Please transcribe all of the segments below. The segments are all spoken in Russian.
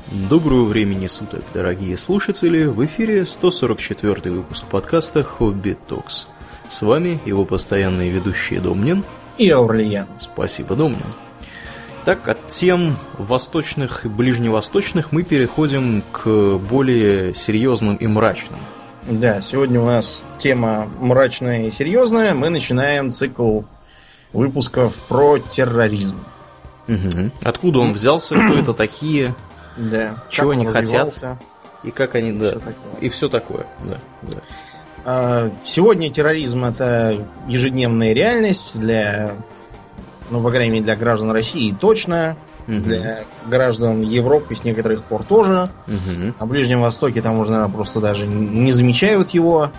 Доброго времени суток, дорогие слушатели! В эфире 144 выпуск подкаста «Хобби Токс». С вами его постоянные ведущие Домнин и Аурлиен. Спасибо, Домнин. Так, от тем восточных и ближневосточных мы переходим к более серьезным и мрачным. Да, сегодня у нас тема мрачная и серьезная. Мы начинаем цикл выпусков про терроризм. Угу. Откуда он взялся, кто это такие, да. Чего они хотят, и как они, да, и все такое. Да. Сегодня терроризм — это ежедневная реальность для, по крайней мере, для граждан России точно, для граждан Европы с некоторых пор тоже. На Ближнем Востоке там уже, наверное, просто даже не замечают его,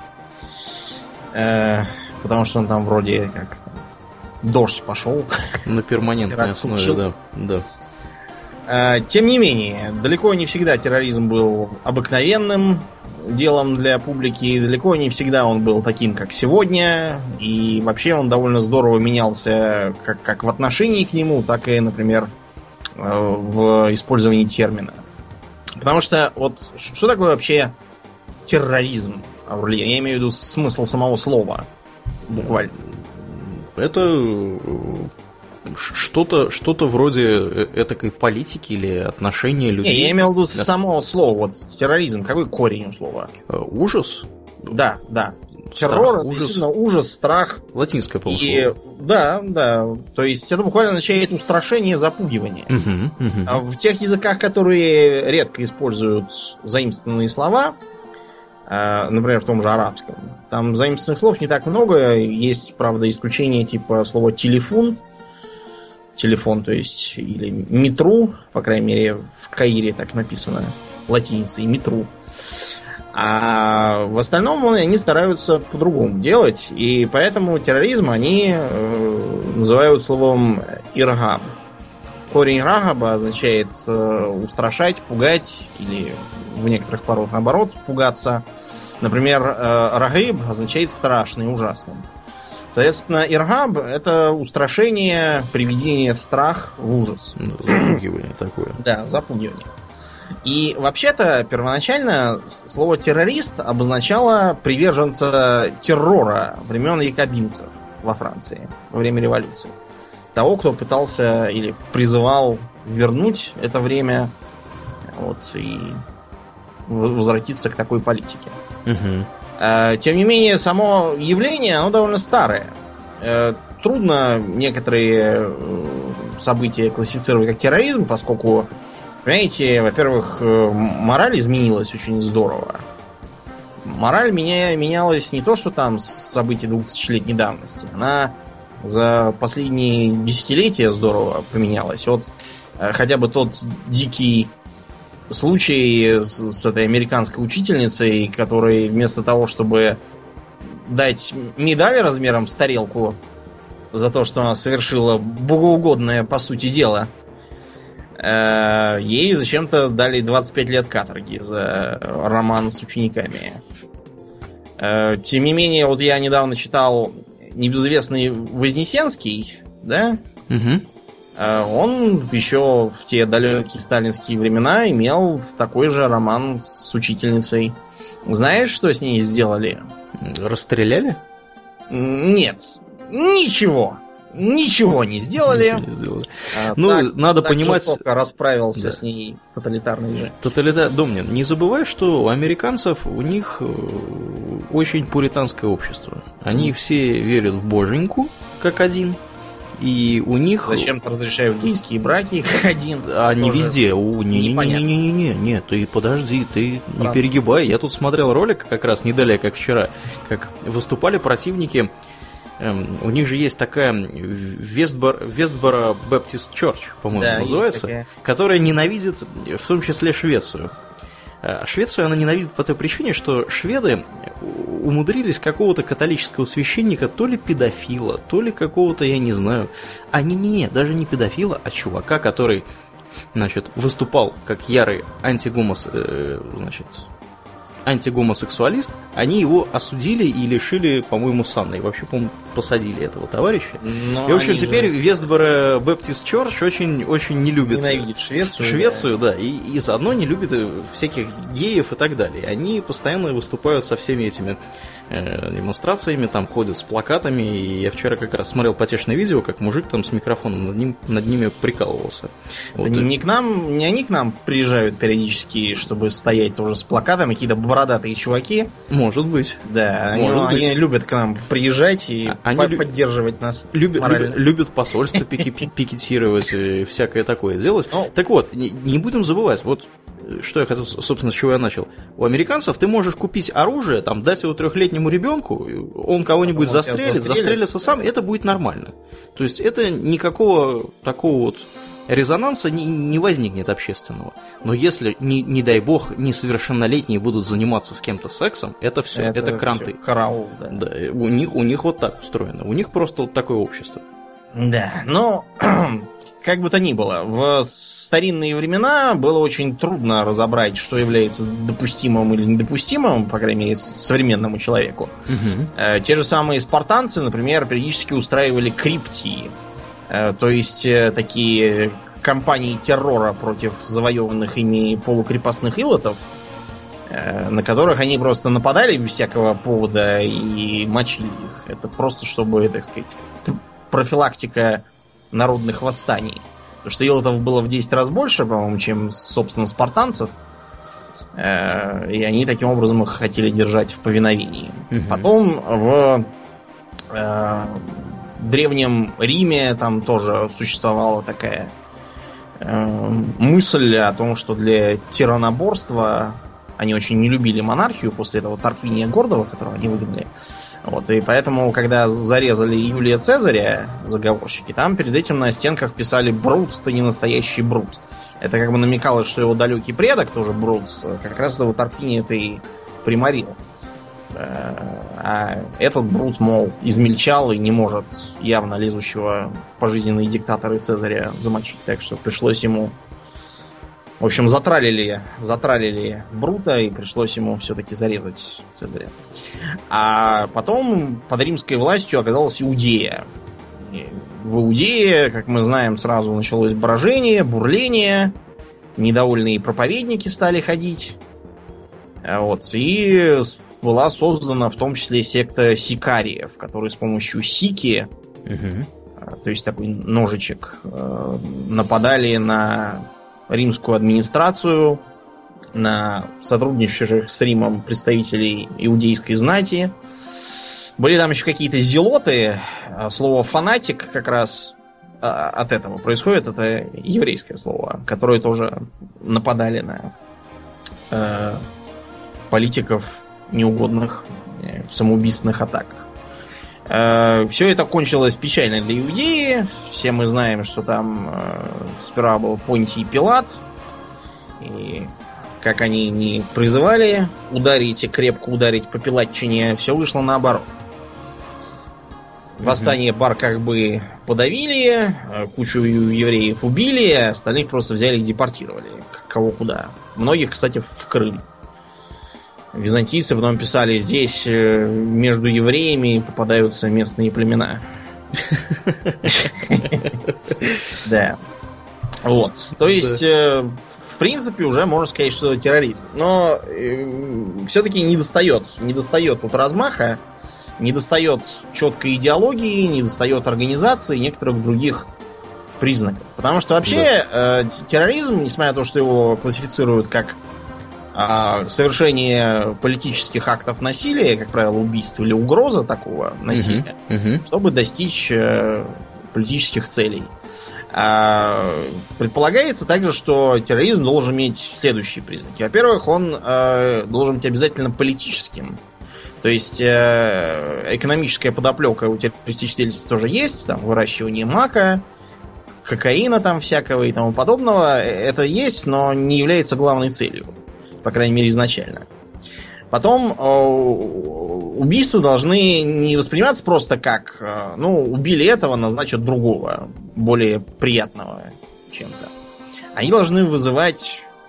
потому что он там вроде как дождь пошел. На перманентной основе, да. Тем не менее, далеко не всегда терроризм был обыкновенным делом для публики, далеко не всегда он был таким, как сегодня, и вообще он довольно здорово менялся как в отношении к нему, так и, например, в использовании термина. Потому что вот что такое вообще терроризм, Аурлиен? Я имею в виду смысл самого слова, буквально. Это что-то вроде этакой политики или отношения людей. Не, я имел в виду само слово, вот терроризм. Какой корень у слова? Ужас? Да. Террор — это действительно ужас, страх. Латинское, по-моему, слово. Да. То есть это буквально означает устрашение, запугивание. А в тех языках, которые редко используют заимствованные слова, например, в том же арабском, там заимствованных слов не так много. Есть, правда, исключения типа слова телефон, то есть, или метру, по крайней мере, в Каире так написано латиницей, метру. А в остальном они стараются по-другому делать, и поэтому терроризм они называют словом иргаб. Корень рагаба означает устрашать, пугать, или в некоторых пород наоборот пугаться. Например, рагиб означает страшный, ужасный. Соответственно, иргаб — это устрашение, приведение в страх, в ужас. Запугивание такое. Да, запугивание. И вообще-то первоначально слово террорист обозначало приверженца террора времен якобинцев во Франции во время революции. Того, кто пытался или призывал вернуть это время и возвратиться к такой политике. Тем не менее, само явление, оно довольно старое. Трудно некоторые события классифицировать как терроризм, поскольку, понимаете, во-первых, мораль изменилась очень здорово. Мораль менялась не то, что там с событий 2000-летней давности. Она за последние десятилетия здорово поменялась. Вот хотя бы тот дикий случай с этой американской учительницей, которой вместо того, чтобы дать медаль размером с тарелку за то, что она совершила богоугодное по сути дело, ей зачем-то дали 25 лет каторги за роман с учениками. Тем не менее, вот я недавно читал небезызвестный Вознесенский, да? Он еще в те далекие сталинские времена имел такой же роман с учительницей. Знаешь, что с ней сделали? Расстреляли? Нет. Ничего не сделали. Надо понимать... жестоко расправился с ней тоталитарный же. Домнин, не забывай, что у американцев, у них очень пуританское общество. Они все верят в боженьку, как один. И у них... Зачем-то разрешают гейские браки, как один. А не везде. Не, ты подожди, ты не перегибай. Я тут смотрел ролик как раз не далее, как вчера, как выступали противники. У них же есть такая Вестборо Баптист Чорч, по-моему, называется, которая ненавидит в том числе Швецию. Швецию она ненавидит по той причине, что шведы умудрились какого-то католического священника, то ли педофила, то ли какого-то, я не знаю, даже не педофила, а чувака, который, антигомосексуалист, они его осудили и лишили, по-моему, сана. И вообще, по-моему, посадили этого товарища. И, в общем, теперь Вестборо Бэптист Чорч очень не любит... Ненавидит Швецию. Швецию, да. И заодно не любит всяких геев и так далее. Они постоянно выступают со всеми этими демонстрациями, там ходят с плакатами. И я вчера как раз смотрел потешное видео, как мужик там с микрофоном над ними прикалывался. Вот. Не они к нам приезжают периодически, чтобы стоять тоже с плакатами, какие-то бородатые чуваки. Может быть. Да, они любят к нам приезжать и поддерживать нас. Любят посольство пикетировать и всякое такое делать. Так вот, не будем забывать, вот что я хотел, собственно, с чего я начал. У американцев ты можешь купить оружие, там, дать его 3-летнему ребенку, он кого-нибудь застрелится сам, это будет нормально. То есть это никакого такого вот резонанса не возникнет общественного. Но если, не дай бог, несовершеннолетние будут заниматься с кем-то сексом, это все, это кранты. Все, караул, да. Да, у них вот так устроено. У них просто вот такое общество. Да, но как бы то ни было, в старинные времена было очень трудно разобрать, что является допустимым или недопустимым, по крайней мере, современному человеку. Угу. Те же самые спартанцы, например, периодически устраивали криптии. То есть такие кампании террора против завоеванных ими полукрепостных илотов, на которых они просто нападали без всякого повода и мочили их. Это просто чтобы, так сказать, профилактика народных восстаний. Потому что илотов было в 10 раз больше, по-моему, чем, собственно, спартанцев. И они таким образом их хотели держать в повиновении. Угу. Потом в Древнем Риме там тоже существовала такая мысль о том, что для тираноборства они очень не любили монархию после этого Тарквиния Гордого, которого они выгнали. Вот, и поэтому, когда зарезали Юлия Цезаря, заговорщики, там перед этим на стенках писали «Брут, ты не настоящий Брут». Это как бы намекало, что его далекий предок, тоже Брут, как раз этого Тарквиния-то и приморил. А этот Брут, мол, измельчал и не может явно лезущего в пожизненные диктаторы Цезаря замочить. Так что пришлось ему... В общем, затралили Брута, и пришлось ему все-таки зарезать Цезаря. А потом под римской властью оказалась Иудея. И в Иудее, как мы знаем, сразу началось брожение, бурление. Недовольные проповедники стали ходить. Вот, и была создана в том числе секта сикариев, которые с помощью сики, то есть такой ножичек, нападали на римскую администрацию, на сотрудничавших с Римом представителей иудейской знати. Были там еще какие-то зелоты. Слово «фанатик» как раз от этого происходит. Это еврейское слово, которые тоже нападали на политиков неугодных в самоубийственных атаках. Все это кончилось печально для Иудеи. Все мы знаем, что там сперва был Понтий Пилат. И как они не призывали ударить и крепко ударить по пилатчине, все вышло наоборот. Восстание Бар-Кохбы подавили, кучу евреев убили, а остальных просто взяли и депортировали. Кого куда. Многих, кстати, в Крым. Византийцы потом писали, здесь между евреями попадаются местные племена. Да. Вот. То есть, в принципе, уже можно сказать, что это терроризм. Но все-таки недостает тут размаха, недостает четкой идеологии, недостает организации и некоторых других признаков. Потому что вообще терроризм, несмотря на то, что его классифицируют как совершение политических актов насилия, как правило, убийств или угроза такого насилия, чтобы достичь политических целей. Предполагается также, что терроризм должен иметь следующие признаки. Во-первых, он должен быть обязательно политическим. То есть экономическая подоплека у террористических деятельности тоже есть, там выращивание мака, кокаина там всякого и тому подобного. Это есть, но не является главной целью. По крайней мере, изначально. Потом убийства должны не восприниматься просто как, убили этого, назначат другого, более приятного чем-то. Они должны вызывать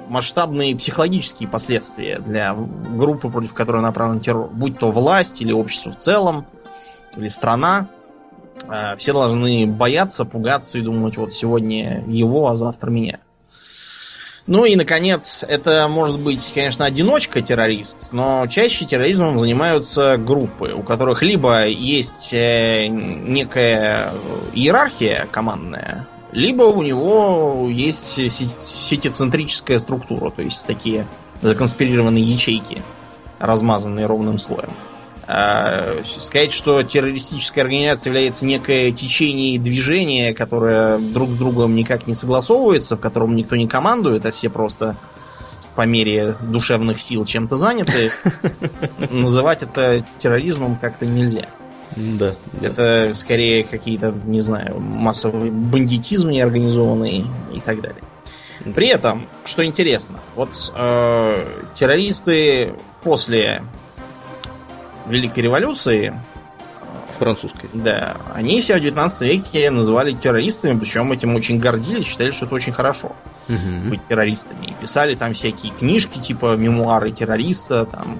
масштабные психологические последствия для группы, против которой направлен террор. Будь то власть или общество в целом, или страна. Все должны бояться, пугаться и думать, вот сегодня его, а завтра меня. Ну и, наконец, это может быть, конечно, одиночка-террорист, но чаще терроризмом занимаются группы, у которых либо есть некая иерархия командная, либо у него есть сетицентрическая структура, то есть такие законспирированные ячейки, размазанные ровным слоем. Сказать, что террористическая организация является некое течение и движение, которое друг с другом никак не согласовывается, в котором никто не командует, а все просто по мере душевных сил чем-то заняты, называть это терроризмом как-то нельзя. Да. Это скорее какие-то, не знаю, массовый бандитизм неорганизованный и так далее. При этом, что интересно, вот террористы после Великой революции французской. Да, они себя в 19 веке называли террористами, причем этим очень гордились, считали, что это очень хорошо быть террористами. И писали там всякие книжки, типа мемуары террориста, там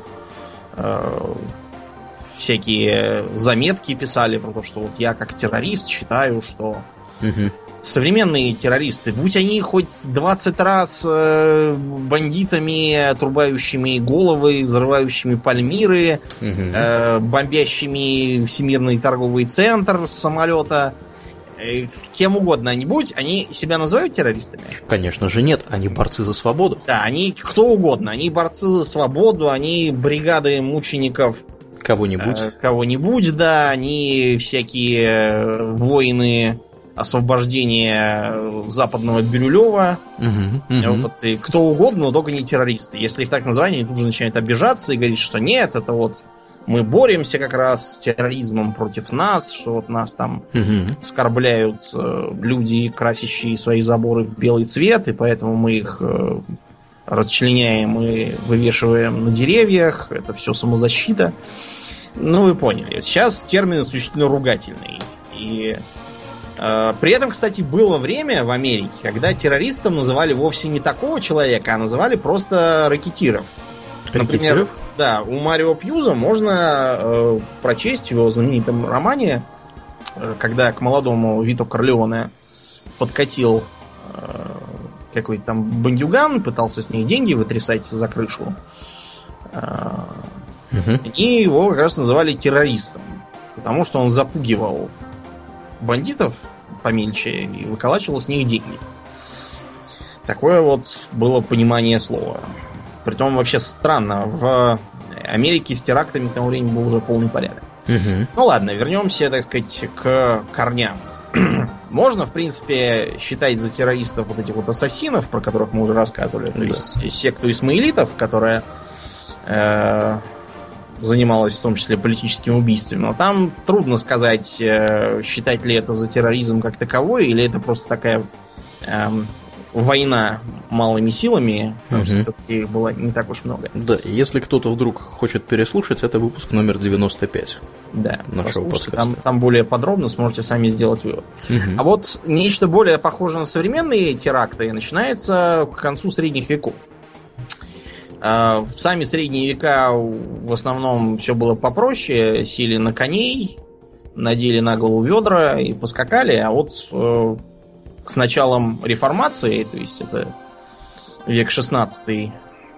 всякие заметки писали про то, что вот я как террорист считаю, что современные террористы, будь они хоть 20 раз бандитами, отрубающими головы, взрывающими Пальмиры, бомбящими Всемирный торговый центр с самолета, кем угодно они будь, они себя называют террористами? Конечно же нет, они борцы за свободу. Да, они кто угодно, они борцы за свободу, они бригады мучеников кого-нибудь, да, они всякие воины освобождения западного Бирюлева. Вот, и кто угодно, но только не террористы. Если их так назвать, они тут же начинают обижаться и говорить, что нет, это вот мы боремся как раз с терроризмом против нас, что вот нас там оскорбляют люди, красящие свои заборы в белый цвет, и поэтому мы их расчленяем и вывешиваем на деревьях. Это все самозащита. Ну, вы поняли. Сейчас термин исключительно ругательный. И при этом, кстати, было время в Америке, когда террористом называли вовсе не такого человека, а называли просто ракетиров. Например, да, у Марио Пьюза можно прочесть в его знаменитом романе, когда к молодому Вито Корлеоне подкатил какой-то там бандюган, пытался с них деньги вытрясать за крышу. И его как раз называли террористом, потому что он запугивал бандитов помельче и выколачивал с них деньги. Такое вот было понимание слова. Притом вообще странно. В Америке с терактами к тому времени был уже полный порядок. Ну ладно, вернемся, так сказать, к корням. Можно, в принципе, считать за террористов вот этих вот ассасинов, про которых мы уже рассказывали. То есть секту исмаилитов, которая занималась в том числе политическими убийствами. Но там трудно сказать, считать ли это за терроризм как таковой, или это просто такая война малыми силами, потому что все-таки их было не так уж много. Да, если кто-то вдруг хочет переслушать, это выпуск номер 95. Да, нашего подкаста. Там более подробно сможете сами сделать вывод. А вот нечто более похожее на современные теракты начинается к концу средних веков. В сами средние века в основном все было попроще. Сели на коней, надели на голову ведра и поскакали. А вот с началом реформации, то есть это век 16,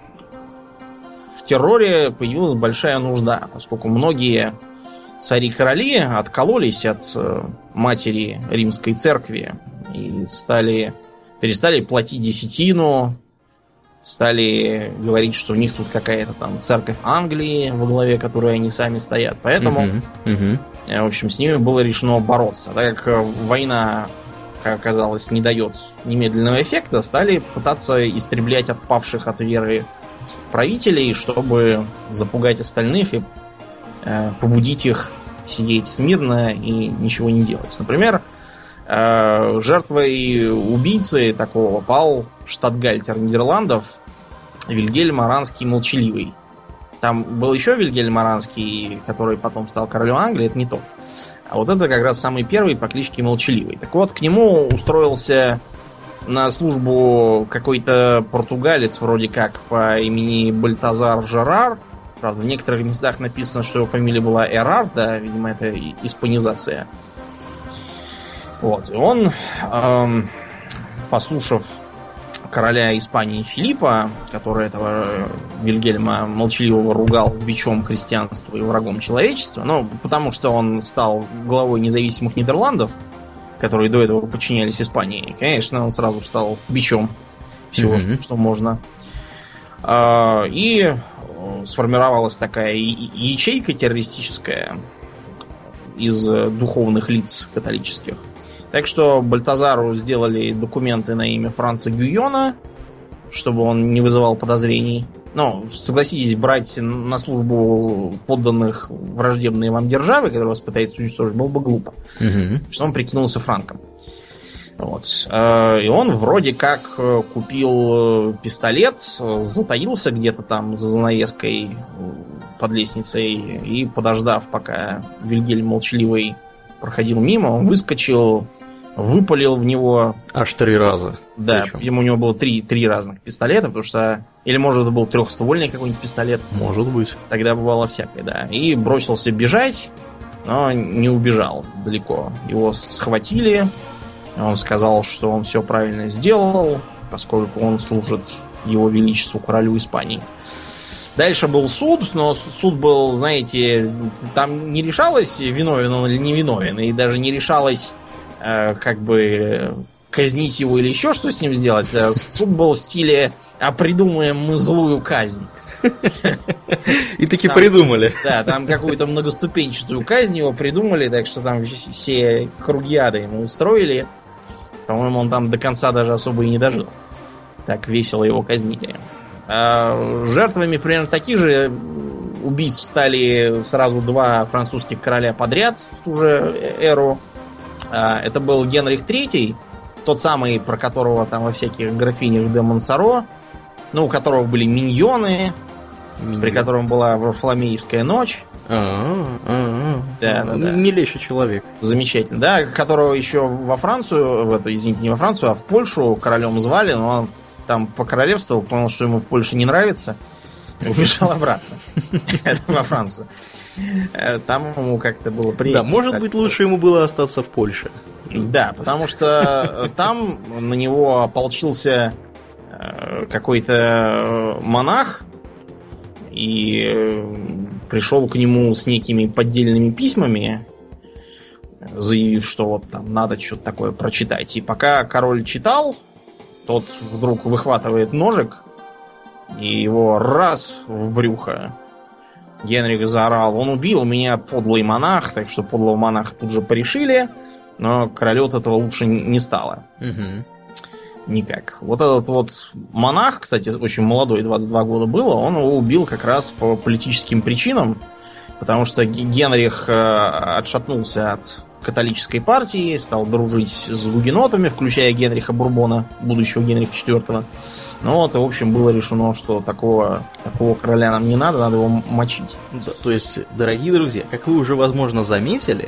в терроре появилась большая нужда, поскольку многие цари-короли откололись от матери римской церкви и перестали платить десятину, стали говорить, что у них тут какая-то там церковь Англии, во главе которой они сами стоят. Поэтому, в общем, с ними было решено бороться. Так как война, как оказалось, не дает немедленного эффекта, стали пытаться истреблять отпавших от веры правителей, чтобы запугать остальных и побудить их сидеть смирно и ничего не делать. Например, жертвой убийцы такого пал штатгальтер Нидерландов Вильгельм Оранский Молчаливый. Там был еще Вильгельм Оранский, который потом стал королем Англии, это не тот. А вот это как раз самый первый по кличке Молчаливый. Так вот, к нему устроился на службу какой-то португалец, вроде как, по имени Бальтазар Жерар. Правда, в некоторых местах написано, что его фамилия была Эрар, да, видимо, это испанизация. Вот, и он, послушав короля Испании Филиппа, который этого Вильгельма молчаливого ругал бичом крестьянства и врагом человечества, ну, потому что он стал главой независимых Нидерландов, которые до этого подчинялись Испании. И, конечно, он сразу стал бичом всего, что можно. И сформировалась такая ячейка террористическая из духовных лиц католических. Так что Бальтазару сделали документы на имя Франца Гюйона, чтобы он не вызывал подозрений. Но, согласитесь, брать на службу подданных враждебные вам державы, которые вас пытаются уничтожить, было бы глупо. Что он прикинулся франком. Вот. И он вроде как купил пистолет, затаился где-то там за занавеской под лестницей и, подождав, пока Вильгельм молчаливый проходил мимо, он выскочил, выпалил в него... Аж 3 раза. Да, у него было 3 разных пистолета, потому что... Или, может, это был трехствольный какой-нибудь пистолет. Может быть. Тогда бывало всякое, да. И бросился бежать, но не убежал далеко. Его схватили. Он сказал, что он все правильно сделал, поскольку он служит его величеству королю Испании. Дальше был суд, но суд был, знаете, там не решалось, виновен он или не виновен, и даже не решалось как бы казнить его или еще что с ним сделать. Суд был в стиле «а придумаем мы злую казнь». И таки придумали. Да, там какую-то многоступенчатую казнь его придумали, так что там все круги ада ему устроили. По-моему, он там до конца даже особо и не дожил. Так весело его казнили. Жертвами примерно таких же убийств стали сразу 2 французских короля подряд в ту же эру. Это был Генрих III, тот самый, про которого там во всяких графинях де Монсоро, ну, у которого были миньоны, при котором была Варфоломеевская ночь. Да. Милейший человек. Замечательно. Да, которого еще во Францию, извините, не во Францию, а в Польшу королем звали, но он там покоролевствовал, понял, что ему в Польше не нравится, и убежал обратно во Францию. Там ему как-то было приятно. Да, может быть, лучше ему было остаться в Польше. Да, потому что там на него ополчился какой-то монах и пришел к нему с некими поддельными письмами, заявив, что вот там надо что-то такое прочитать. И пока король читал, тот вдруг выхватывает ножик и его раз в брюхо. Генрих заорал: он убил меня, подлый монах. Так что подлого монаха тут же порешили, но королю от этого лучше не стало. Никак. Вот этот вот монах, кстати, очень молодой, 22 года было, он его убил как раз по политическим причинам, потому что Генрих отшатнулся от католической партии, стал дружить с гугенотами, включая Генриха Бурбона, будущего Генриха IV. Ну вот, и, в общем, было решено, что такого короля нам не надо его мочить. Да, то есть, дорогие друзья, как вы уже, возможно, заметили,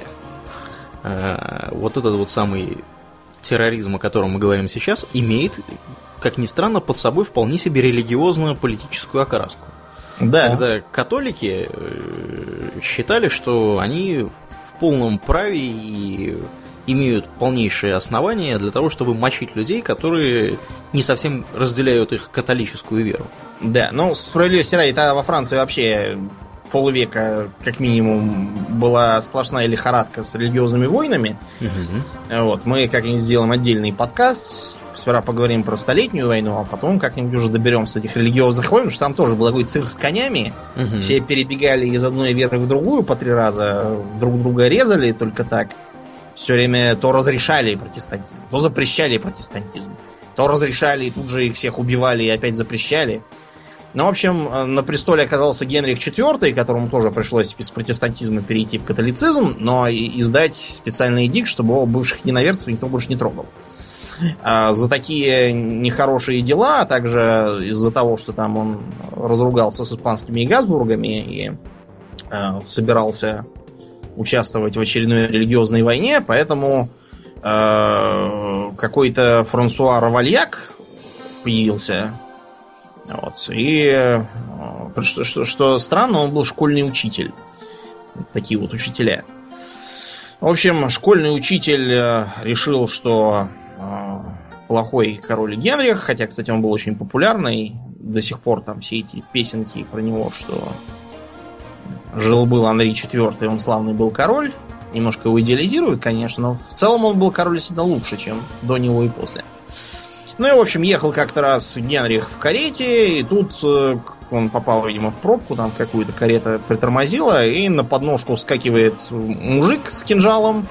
вот этот вот самый терроризм, о котором мы говорим сейчас, имеет, как ни странно, под собой вполне себе религиозную политическую окраску. Да. Когда католики считали, что они в полном праве и имеют полнейшие основания для того, чтобы мочить людей, которые не совсем разделяют их католическую веру. Да, ну, справедливости ради, во Франции вообще полвека, как минимум, была сплошная лихорадка с религиозными войнами. Вот, мы как-нибудь сделаем отдельный подкаст. Сперва поговорим про Столетнюю войну, а потом как-нибудь уже доберемся до этих религиозных войн, потому что там тоже был такой цирк с конями. Все перебегали из одной ветки в другую по 3 раза, друг друга резали только так. Все время то разрешали протестантизм, то запрещали протестантизм, то разрешали и тут же их всех убивали и опять запрещали. Ну, в общем, на престоле оказался Генрих IV, которому тоже пришлось из протестантизма перейти в католицизм, но издать специальный эдикт, чтобы его бывших ненаверцев никто больше не трогал. За такие нехорошие дела, а также из-за того, что там он разругался с испанскими Габсбургами и собирался участвовать в очередной религиозной войне, поэтому какой-то Франсуа Равальяк появился. Вот. И что странно, он был школьный учитель. Такие вот учителя. В общем, школьный учитель решил, что плохой король Генрих, хотя, кстати, он был очень популярный, до сих пор там все эти песенки про него, что жил-был Анри IV, он славный был король, немножко его идеализируют, конечно, но в целом он был король сильно лучше, чем до него и после. Ну и, в общем, ехал как-то раз Генрих в карете, и тут он попал, видимо, в пробку, там какую-то карета притормозила, и на подножку вскакивает мужик с кинжалом,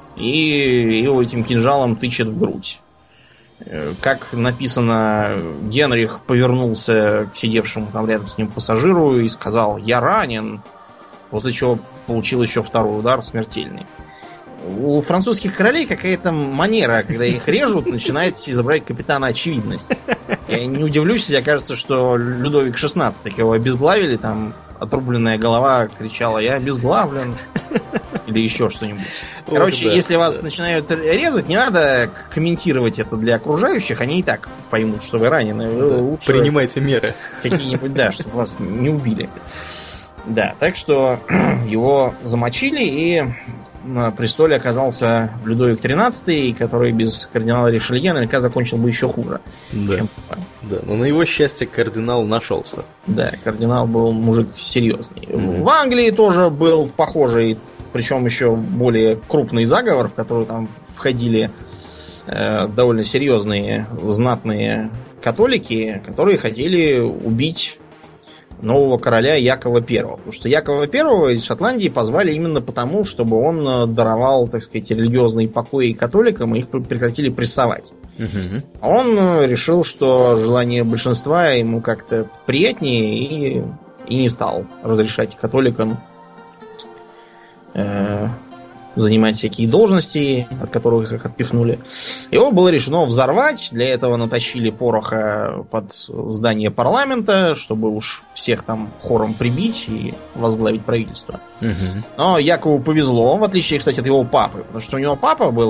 и его этим кинжалом тычет в грудь. Как написано, Генрих повернулся к сидевшему там рядом с ним пассажиру и сказал: «Я ранен», после чего получил еще второй удар смертельный. У французских королей какая-то манера, когда их режут, начинает изображать капитана очевидность. Я не удивлюсь, если окажется, что Людовик XVI, его обезглавили, там отрубленная голова кричала: «Я обезглавлен». Или еще что-нибудь. Короче, да, если вас начинают резать, не надо комментировать это для окружающих, они и так поймут, что вы ранены. Вы лучше принимайте меры. Какие-нибудь, да, чтобы вас не убили. Да, так что его замочили, и на престоле оказался Людовик XIII, который без кардинала Ришелье наверняка закончил бы еще хуже. Да, да, но на его счастье кардинал нашелся. Да, кардинал был мужик серьезный. В Англии тоже был похожий, причем еще более крупный заговор, в который там входили довольно серьезные, знатные католики, которые хотели убить нового короля Якова I. Потому что Якова I из Шотландии позвали именно потому, чтобы он даровал, так сказать, религиозные покои католикам, и их прекратили прессовать. Он решил, что желание большинства ему как-то приятнее, и не стал разрешать католикам занимать всякие должности, от которых их отпихнули. Его было решено взорвать. Для этого натащили пороха под здание парламента, чтобы уж всех там хором прибить и возглавить правительство. Но Якову повезло, в отличие, кстати, от его папы. Потому что у него папа был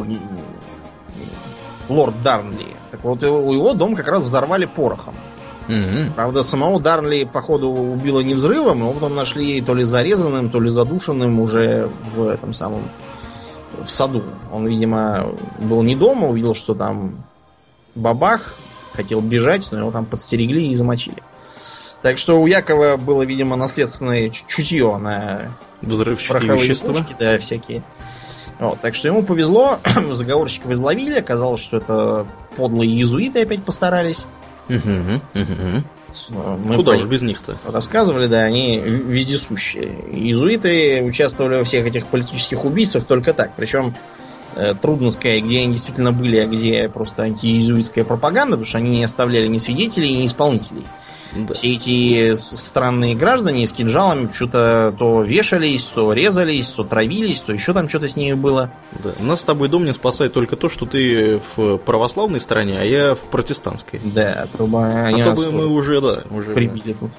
лорд Дарнли. Так вот, у его дом как раз взорвали порохом. Правда, самого Дарнли, походу, убило не взрывом, его потом нашли то ли зарезанным, то ли задушенным уже в этом самом в саду. Он, видимо, был не дома, увидел, что там бабах, хотел бежать, но его там подстерегли и замочили. Так что у Якова было, видимо, наследственное чутье на взрывчатые вещества. Пушки, да, всякие. Вот, так что ему повезло, заговорщиков изловили, оказалось, что это подлые иезуиты опять постарались. Мы куда уж без них-то? Рассказывали, да, они вездесущие. Иезуиты участвовали во всех этих политических убийствах только так. Причем трудно сказать, где они действительно были, а где просто антииезуитская пропаганда, потому что они не оставляли ни свидетелей, ни исполнителей. Да. Все эти странные граждане с кинжалами что-то то вешались, то резались, то травились, то еще там что-то с ними было. Да. Нас с тобой, Дом, не спасает только то, что ты в православной стране, а я в протестантской. Да, то бы мы уже прибили тут.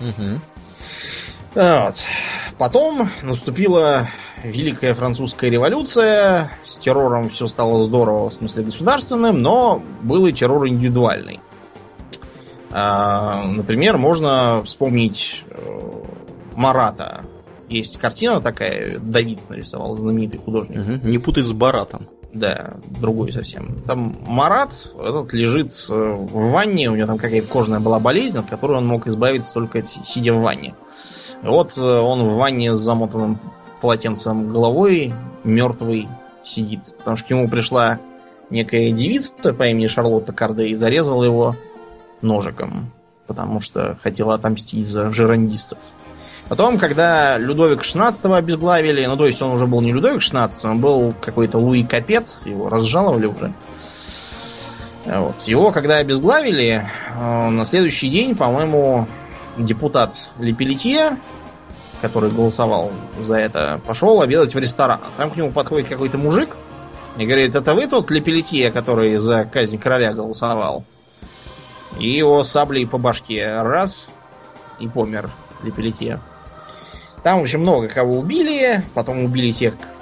Вот. Потом наступила Великая Французская революция. С террором все стало здорово, в смысле государственным, но был и террор индивидуальный. Например, можно вспомнить Марата. Есть картина такая, Давид нарисовал, знаменитый художник. Не путать с Баратом. Да, другой совсем. Там Марат этот лежит в ванне, у него там какая-то кожная была болезнь, от которой он мог избавиться только сидя в ванне. Вот он в ванне с замотанным полотенцем головой, мертвый, сидит. Потому что к нему пришла некая девица по имени Шарлотта Карде и зарезала его ножиком, потому что хотела отомстить за жерандистов. Потом, когда Людовика XVI обезглавили, ну, то есть он уже был не Людовик XVI, он был какой-то Луи Капет, его разжаловали уже. Вот. Его, когда обезглавили, на следующий день, по-моему, депутат Лепелетье, который голосовал за это, пошел обедать в ресторан. Там к нему подходит какой-то мужик и говорит: это вы тот Лепелетье, который за казнь короля голосовал? И его саблей по башке раз, и помер Лепелетье. Там, в общем, много кого убили. Потом убили тех,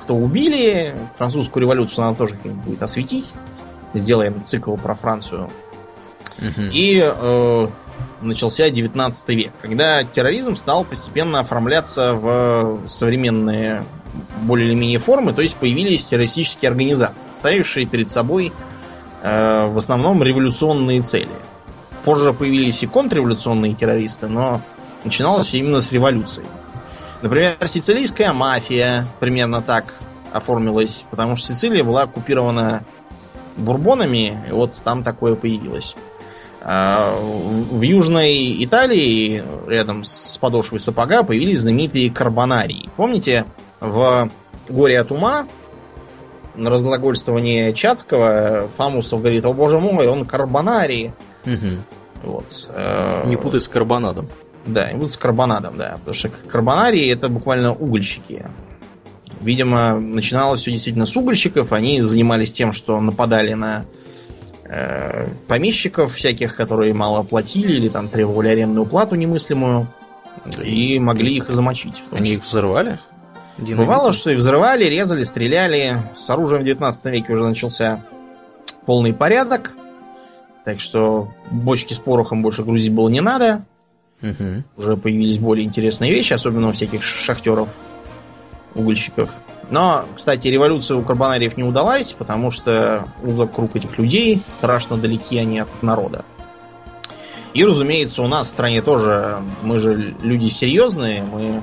кто убили. Французскую революцию надо тоже будет осветить. Сделаем цикл про Францию. И начался 19 век, когда терроризм стал постепенно оформляться в современные более или менее формы, то есть появились террористические организации, ставившие перед собой в основном революционные цели. Позже появились и контрреволюционные террористы, но начиналось все именно с революции. Например, сицилийская мафия примерно так оформилась, потому что Сицилия была оккупирована бурбонами, и вот там такое появилось. В Южной Италии, рядом с подошвой сапога, появились знаменитые карбонарии. Помните, в «Горе от ума» на разглагольствование Чацкого Фамусов говорит: «О боже мой, он карбонарий». Вот. Не путай с карбонадом. Да, не путай с карбонадом, да. Потому что карбонарии — это буквально угольщики. Видимо, начиналось все действительно с угольщиков. Они занимались тем, что нападали на помещиков всяких, которые мало платили или там требовали арендную плату немыслимую, и могли их замочить. Они их взорвали? Бывало, что их взрывали, резали, стреляли. С оружием в 19 веке уже начался полный порядок, так что бочки с порохом больше грузить было не надо. Уже появились более интересные вещи, особенно у всяких шахтеров, угольщиков. Но, кстати, революция у карбонариев не удалась, потому что узок круг этих людей, страшно далеки они от народа. И, разумеется, у нас в стране тоже, мы же люди серьезные, мы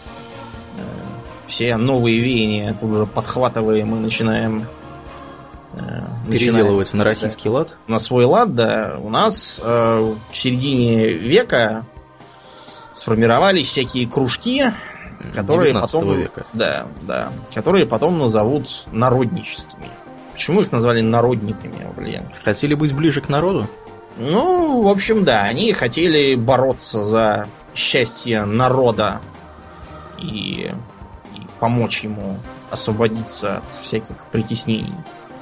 все новые веяния тут же подхватываем и начинаем переделывать на российский лад? На свой лад, да. У нас к середине века сформировались всякие кружки, которые потом, века. Да, которые потом назовут народническими. Почему их назвали народниками, блин? Хотели быть ближе к народу? Ну, в общем, да, они хотели бороться за счастье народа и помочь ему освободиться от всяких притеснений.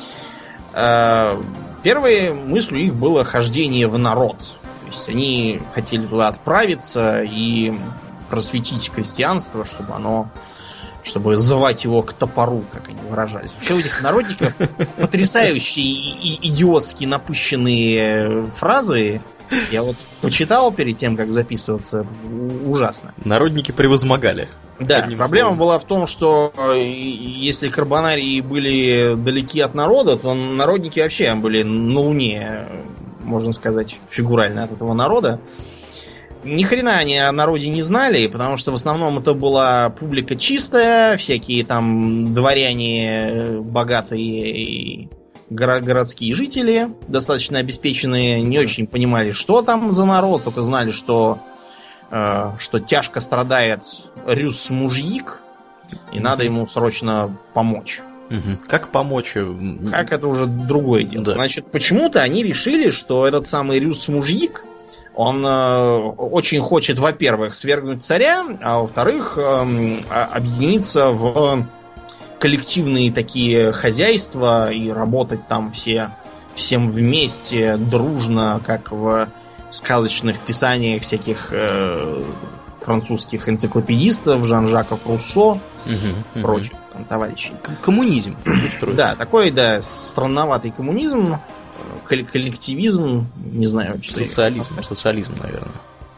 Первой мыслью их было хождение в народ. То есть они хотели туда отправиться и просветить крестьянство, чтобы звать его к топору, как они выражались. Вообще у этих народников потрясающие и идиотски напыщенные фразы. Я вот почитал перед тем, как записываться. Ужасно. Народники превозмогали. Да, проблема была в том, что если карбонарии были далеки от народа, то народники вообще были на Луне, можно сказать, фигурально от этого народа. Ни хрена они о народе не знали, потому что в основном это была публика чистая, всякие там дворяне богатые и городские жители, достаточно обеспеченные, не очень понимали, что там за народ, только знали, что тяжко страдает Рюс-мужик, и надо ему срочно помочь. Как помочь? Как, это уже другое дело. Да. Значит, почему-то они решили, что этот самый Рюс-мужик, он очень хочет, во-первых, свергнуть царя, а во-вторых, объединиться в коллективные такие хозяйства и работать там всем вместе, дружно, как в сказочных писаниях всяких французских энциклопедистов, Жан-Жаков Руссо, прочих там товарищей. Коммунизм устроен. Да, такой, да, странноватый коммунизм, коллективизм, не знаю. Социализм, наверное.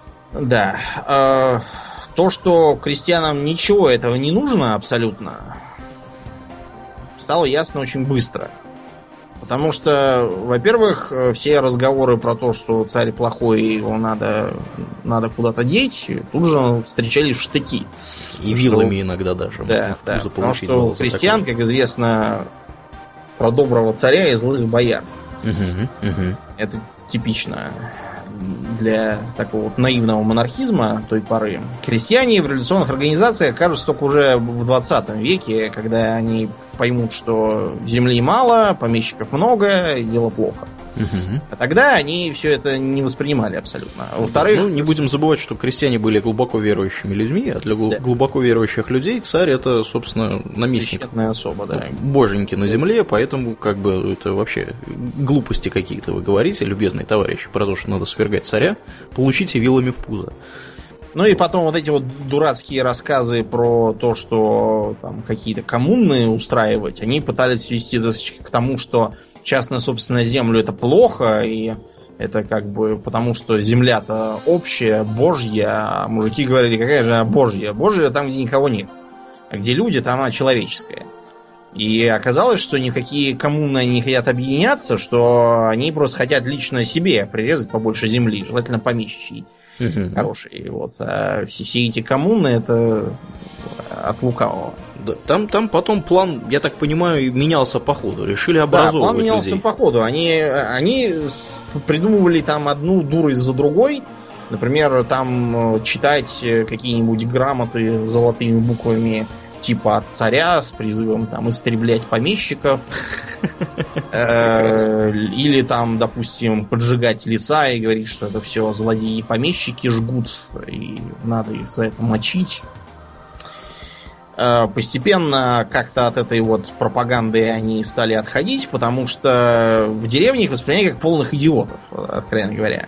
Да. То, что крестьянам ничего этого не нужно абсолютно, стало ясно очень быстро. Потому что, во-первых, все разговоры про то, что царь плохой, его надо куда-то деть, тут же встречались в штыки. И вилами иногда даже. Да, да. Потому что у крестьян, как известно, про доброго царя и злых бояр. Это типично для такого вот наивного монархизма той поры. Крестьяне в революционных организациях окажутся только уже в 20 веке, когда они поймут, что земли мало, помещиков много, и дело плохо. А тогда они все это не воспринимали абсолютно. Во-вторых... Ну, не будем забывать, что крестьяне были глубоко верующими людьми, а для глубоко верующих людей царь — это, собственно, наместник. Священная особа, да. Боженьки на земле, поэтому как бы это вообще глупости какие-то вы говорите, любезные товарищи, про то, что надо свергать царя, получите вилами в пузо. Ну и потом вот эти вот дурацкие рассказы про то, что там какие-то коммуны устраивать, они пытались свести к тому, что частная собственность на землю это плохо, и это как бы потому, что земля-то общая, божья, а мужики говорили, какая же она божья? Божья там, где никого нет. А где люди, там она человеческая. И оказалось, что никакие коммуны не хотят объединяться, что они просто хотят лично себе прирезать побольше земли, желательно помещичьей. Хороший. Вот. А все эти коммуны это от лукавого. Да, там потом план, я так понимаю, менялся по ходу. Решили образовывать людей. Да, план менялся по ходу. Они придумывали там одну дурость за другой. Например, там читать какие-нибудь грамоты золотыми буквами типа от царя с призывом там истреблять помещиков. Или там, допустим, поджигать леса и говорить, что это все злодеи и помещики жгут, и надо их за это мочить. Постепенно как-то от этой вот пропаганды они стали отходить, потому что в деревне их воспринимали как полных идиотов, откровенно говоря.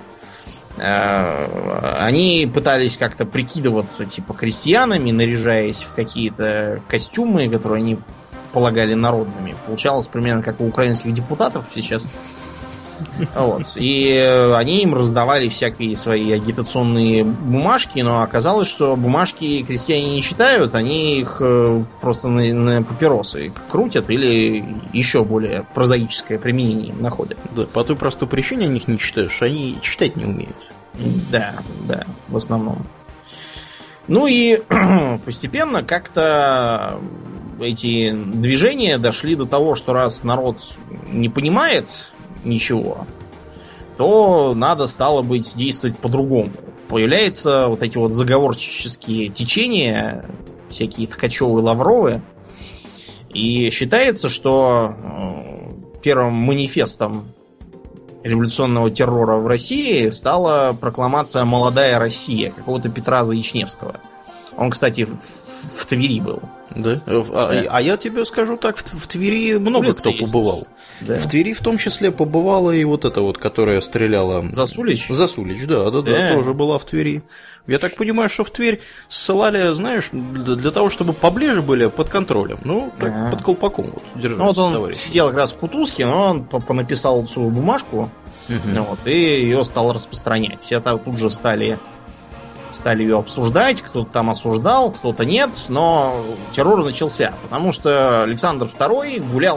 Они пытались как-то прикидываться типа крестьянами, наряжаясь в какие-то костюмы, которые они полагали народными. Получалось примерно как у украинских депутатов сейчас. Вот. И они им раздавали всякие свои агитационные бумажки, но оказалось, что бумажки крестьяне не читают, они их просто на папиросы крутят или еще более прозаическое применение находят. Да, по той простой причине они их не читают, что они читать не умеют. Да, в основном. Ну и постепенно как-то эти движения дошли до того, что раз народ не понимает ничего, то надо, стало быть, действовать по-другому. Появляются вот эти вот заговорческие течения, всякие Ткачевы, Лавровы, и считается, что первым манифестом революционного террора в России стала прокламация «Молодая Россия» какого-то Петра Заячневского. Он, кстати, в Твери был. Да? А я тебе скажу так, в Твери много кто побывал. Да. В Твери в том числе побывала и вот эта вот, которая стреляла... Засулич? Засулич, да, тоже была в Твери. Я так понимаю, что в Тверь ссылали, знаешь, для того, чтобы поближе были под контролем. Ну, так, под колпаком вот, держался. Ну, вот он сидел как раз в Кутузке, но он понаписал свою бумажку, вот, и ее стал распространять. Все тут же стали ее обсуждать, кто-то там осуждал, кто-то нет, но террор начался, потому что Александр II гулял,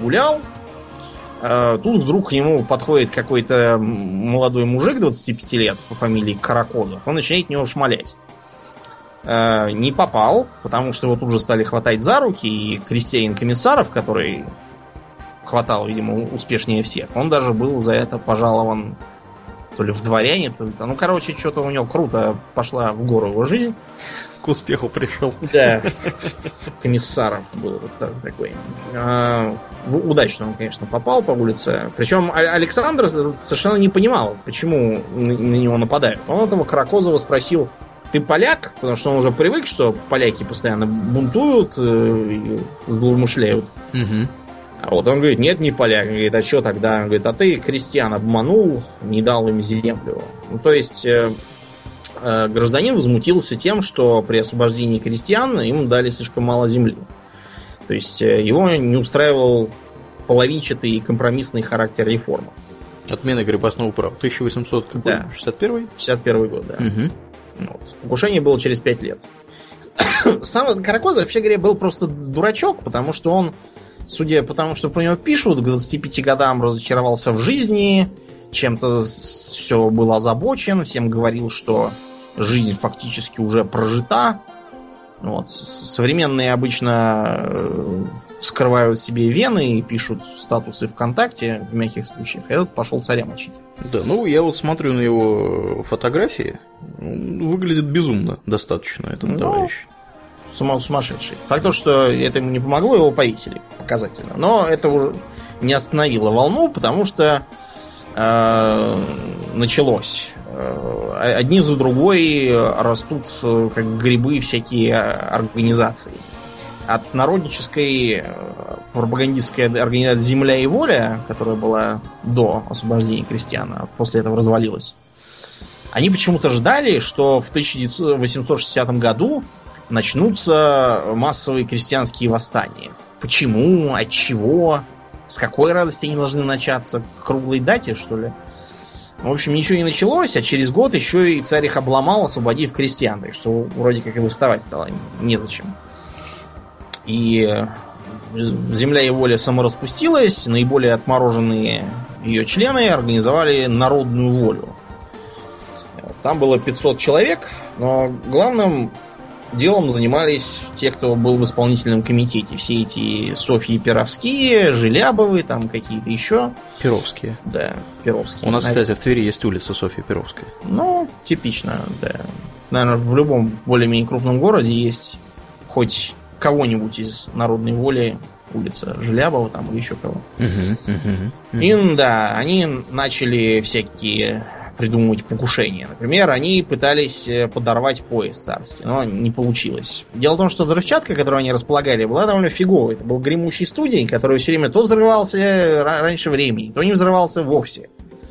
тут вдруг к нему подходит какой-то молодой мужик 25 лет по фамилии Каракозов, он начинает в него шмалять. Не попал, потому что его тут же стали хватать за руки, и крестьянин Комиссаров, который хватал, видимо, успешнее всех, он даже был за это пожалован то ли в дворяне, то ли... Ну, короче, что-то у него круто пошла в гору его жизнь. К успеху пришел. Да. Комиссаров был вот такой. Удачно он, конечно, попал по улице. Причем Александр совершенно не понимал, почему на него нападают. Он этого Каракозова спросил: ты поляк? Потому что он уже привык, что поляки постоянно бунтуют и злоумышляют. А вот он говорит: нет, не поляк. Он говорит: а что тогда? Он говорит: а ты крестьян обманул, не дал им землю. Ну, то есть гражданин возмутился тем, что при освобождении крестьян им дали слишком мало земли. То есть его не устраивал половинчатый и компромиссный характер реформы. Отмена крепостного права. 1861? Да. 61 год, да. Вот. Покушение было через 5 лет. Сам Каракозов, вообще говоря, был просто дурачок, потому что он, судя по тому, что про него пишут, к 25 годам разочаровался в жизни, чем-то все был озабочен, всем говорил, что жизнь фактически уже прожита. Вот. Современные обычно вскрывают себе вены и пишут статусы ВКонтакте в мягких случаях. Этот пошел царя мочить. Да, ну я вот смотрю на его фотографии, выглядит безумно достаточно этот товарищ. Сумасшедший. Факт то, что это ему не помогло, его повесили показательно. Но это уже не остановило волну, потому что началось. Одни за другой растут как грибы всякие организации. От народнической пропагандистской организации «Земля и воля», которая была до освобождения крестьян, а после этого развалилась, Они почему-то ждали, что в 1860 году начнутся массовые крестьянские восстания. Почему? От чего? С какой радости они должны начаться? К круглой дате, что ли? В общем, ничего не началось, а через год еще и царь их обломал, освободив крестьян. Так что вроде как и восставать стало незачем. И земля и воля самораспустилась, наиболее отмороженные ее члены организовали народную волю. Там было 500 человек, но главным делом занимались те, кто был в исполнительном комитете. Все эти Софьи Перовские, Желябовы, там какие-то еще. Перовские. Да, Перовские. У нас, кстати, в Твери есть улица Софьи Перовская. Ну, типично, да. Наверное, в любом более-менее крупном городе есть хоть кого-нибудь из народной воли, улица Желябова там или еще кого. И, да, они начали всякие придумывать покушения. Например, они пытались подорвать поезд царский, но не получилось. Дело в том, что взрывчатка, которую они располагали, была довольно фиговой. Это был гремучий студень, который все время то взрывался раньше времени, то не взрывался вовсе.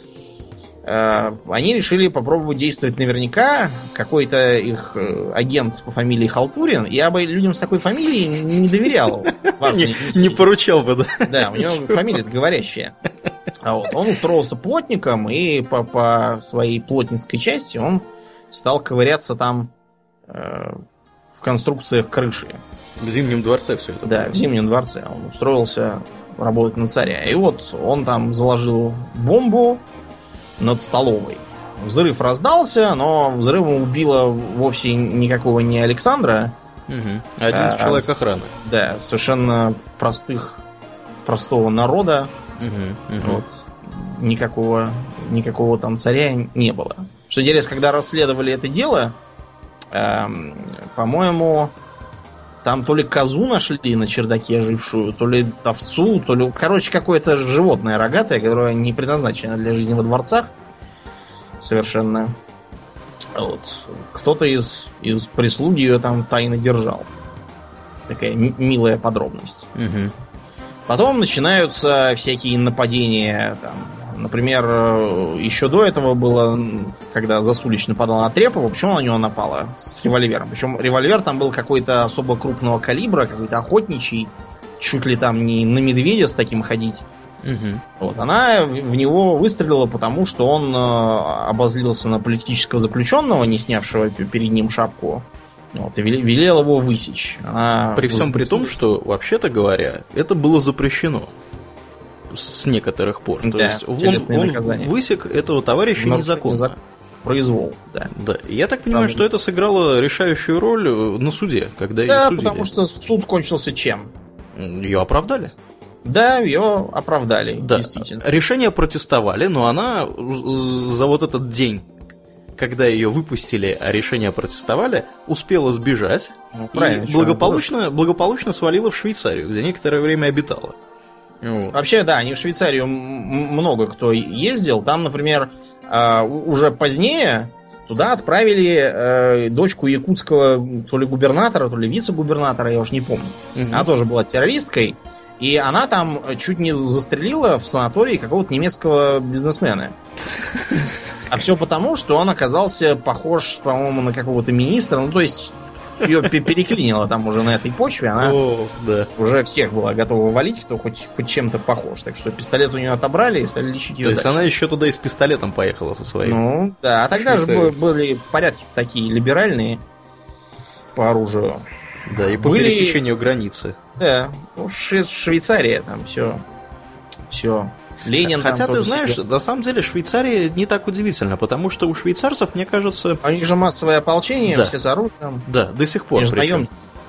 Они решили попробовать действовать наверняка. Какой-то их агент по фамилии Халтурин, я бы людям с такой фамилией не доверял. Не поручал бы, да? Да, у него фамилия говорящая. Он устроился плотником, и по своей плотницкой части он стал ковыряться там в конструкциях крыши. В Зимнем дворце все это. Да, в Зимнем дворце. Он устроился работать на царя. И вот он там заложил бомбу над столовой. Взрыв раздался, но взрывом убило вовсе никакого не Александра. Один человек охраны. Да, совершенно простого народа. Вот. Никакого там царя не было. Что интересно, когда расследовали это дело, по-моему, там то ли козу нашли на чердаке жившую, то ли овцу, то ли... Короче, какое-то животное рогатое, которое не предназначено для жизни во дворцах. Совершенно. Вот. Кто-то из прислуги ее там тайно держал. Такая милая подробность. Потом начинаются всякие нападения. Там, например, еще до этого было, когда Засулич нападал на Трепова, почему она на него напала с револьвером? Причем револьвер там был какой-то особо крупного калибра, какой-то охотничий, чуть ли там не на медведя с таким ходить. Вот, она в него выстрелила, потому что он обозлился на политического заключенного, не снявшего перед ним шапку. Вот, и велел его высечь. При всем при том, что, вообще-то говоря, это было запрещено с некоторых пор. То есть он высек этого товарища незаконно. Произвол, да. Да. Я так понимаю, что это сыграло решающую роль на суде, когда ее судили. Да, потому что суд кончился чем? Ее оправдали. Да, ее оправдали, да. Действительно. Решение протестовали, но она за вот этот день, когда ее выпустили, а решение протестовали, успела сбежать и благополучно свалила в Швейцарию, где некоторое время обитала. Вот. Вообще, да, они в Швейцарию много кто ездил. Там, например, уже позднее туда отправили дочку якутского то ли губернатора, то ли вице-губернатора, я уж не помню. Она тоже была террористкой. И она там чуть не застрелила в санатории какого-то немецкого бизнесмена. А все потому, что он оказался похож, по-моему, на какого-то министра. Ну, то есть, ее переклинило там уже на этой почве. Она уже всех была готова валить, кто хоть чем-то похож. Так что пистолет у нее отобрали и стали лечить ее. То есть, она еще туда и с пистолетом поехала со своим. Ну, да. А тогда же были порядки такие либеральные по оружию. Да, и по пересечению границы. Да, ну, Швейцария там все. Ленин. Хотя ты знаешь, на самом деле Швейцария не так удивительно, потому что у швейцарцев, мне кажется... У них же массовое ополчение, все с оружием. Да, до сих пор. Причем.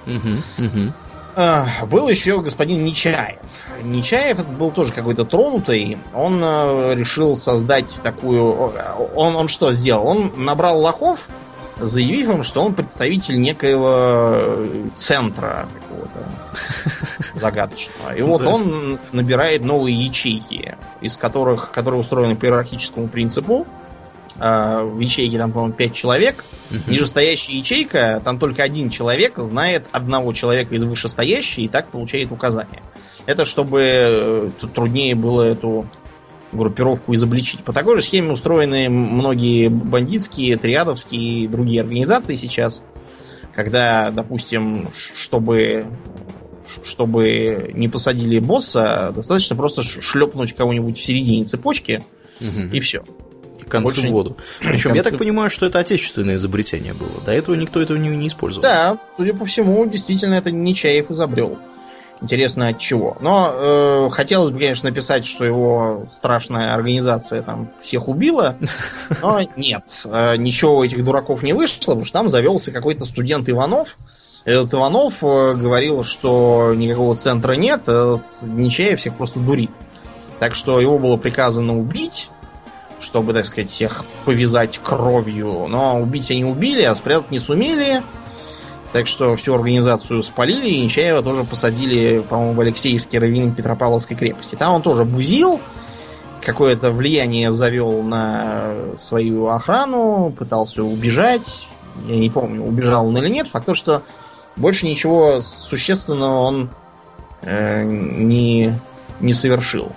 Был еще господин Нечаев. Нечаев был тоже какой-то тронутый. Он решил создать такую... Он что сделал? Он набрал лохов, заявив им, что он представитель некоего центра какого-то загадочного. И вот он набирает новые ячейки, которые устроены по иерархическому принципу. В ячейке там, по-моему, 5 человек. Нижестоящая ячейка, там только один человек знает одного человека из вышестоящей и так получает указания. Это чтобы труднее было эту группировку изобличить. По такой же схеме устроены многие бандитские, триадовские и другие организации сейчас, когда, допустим, чтобы не посадили босса, достаточно просто шлепнуть кого-нибудь в середине цепочки, и все. Концы в воду. Причем я так понимаю, что это отечественное изобретение было. До этого никто этого не использовал. Да, судя по всему, действительно, это Нечаев изобрел. Интересно, от чего. Но хотелось бы, конечно, написать, что его страшная организация там всех убила. Но нет, ничего у этих дураков не вышло, потому что там завелся какой-то студент Иванов. Этот Иванов говорил, что никакого центра нет, а Нечаев всех просто дурит. Так что его было приказано убить, чтобы, так сказать, всех повязать кровью. Но убить они убили, а спрятать не сумели. Так что всю организацию спалили, и Нечаева тоже посадили, по-моему, в Алексеевский раввин Петропавловской крепости. Там он тоже бузил, какое-то влияние завел на свою охрану, пытался убежать. Я не помню, убежал он или нет. Факт то, что больше ничего существенного он не совершил.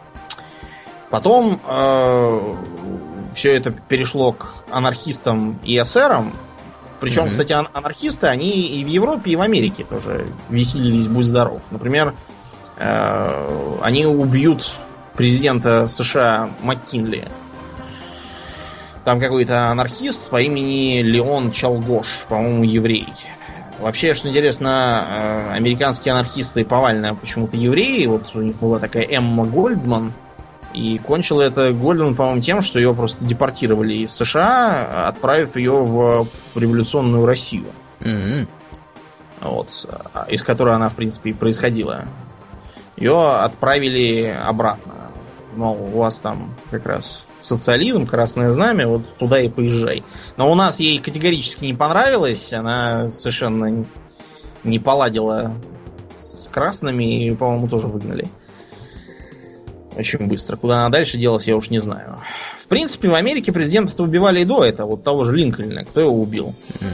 Потом все это перешло к анархистам и эсерам. Причем, кстати, анархисты, они и в Европе, и в Америке тоже веселились, будь здоров. Например, они убьют президента США МакКинли. Там какой-то анархист по имени Леон Чалгош, по-моему, еврей. Вообще, что интересно, американские анархисты повально почему-то евреи. Вот у них была такая Эмма Гольдман. И кончило это Гольдман, по-моему, тем, что ее просто депортировали из США, отправив ее в революционную Россию. Вот, из которой она, в принципе, и происходила. Ее отправили обратно. Мол, у вас там как раз социализм, красное знамя, вот туда и поезжай. Но у нас ей категорически не понравилось, она совершенно не поладила с красными, и, по-моему, тоже выгнали. Очень быстро. Куда она дальше делась, я уж не знаю. В принципе, в Америке президента убивали и до этого. Вот того же Линкольна. Кто его убил?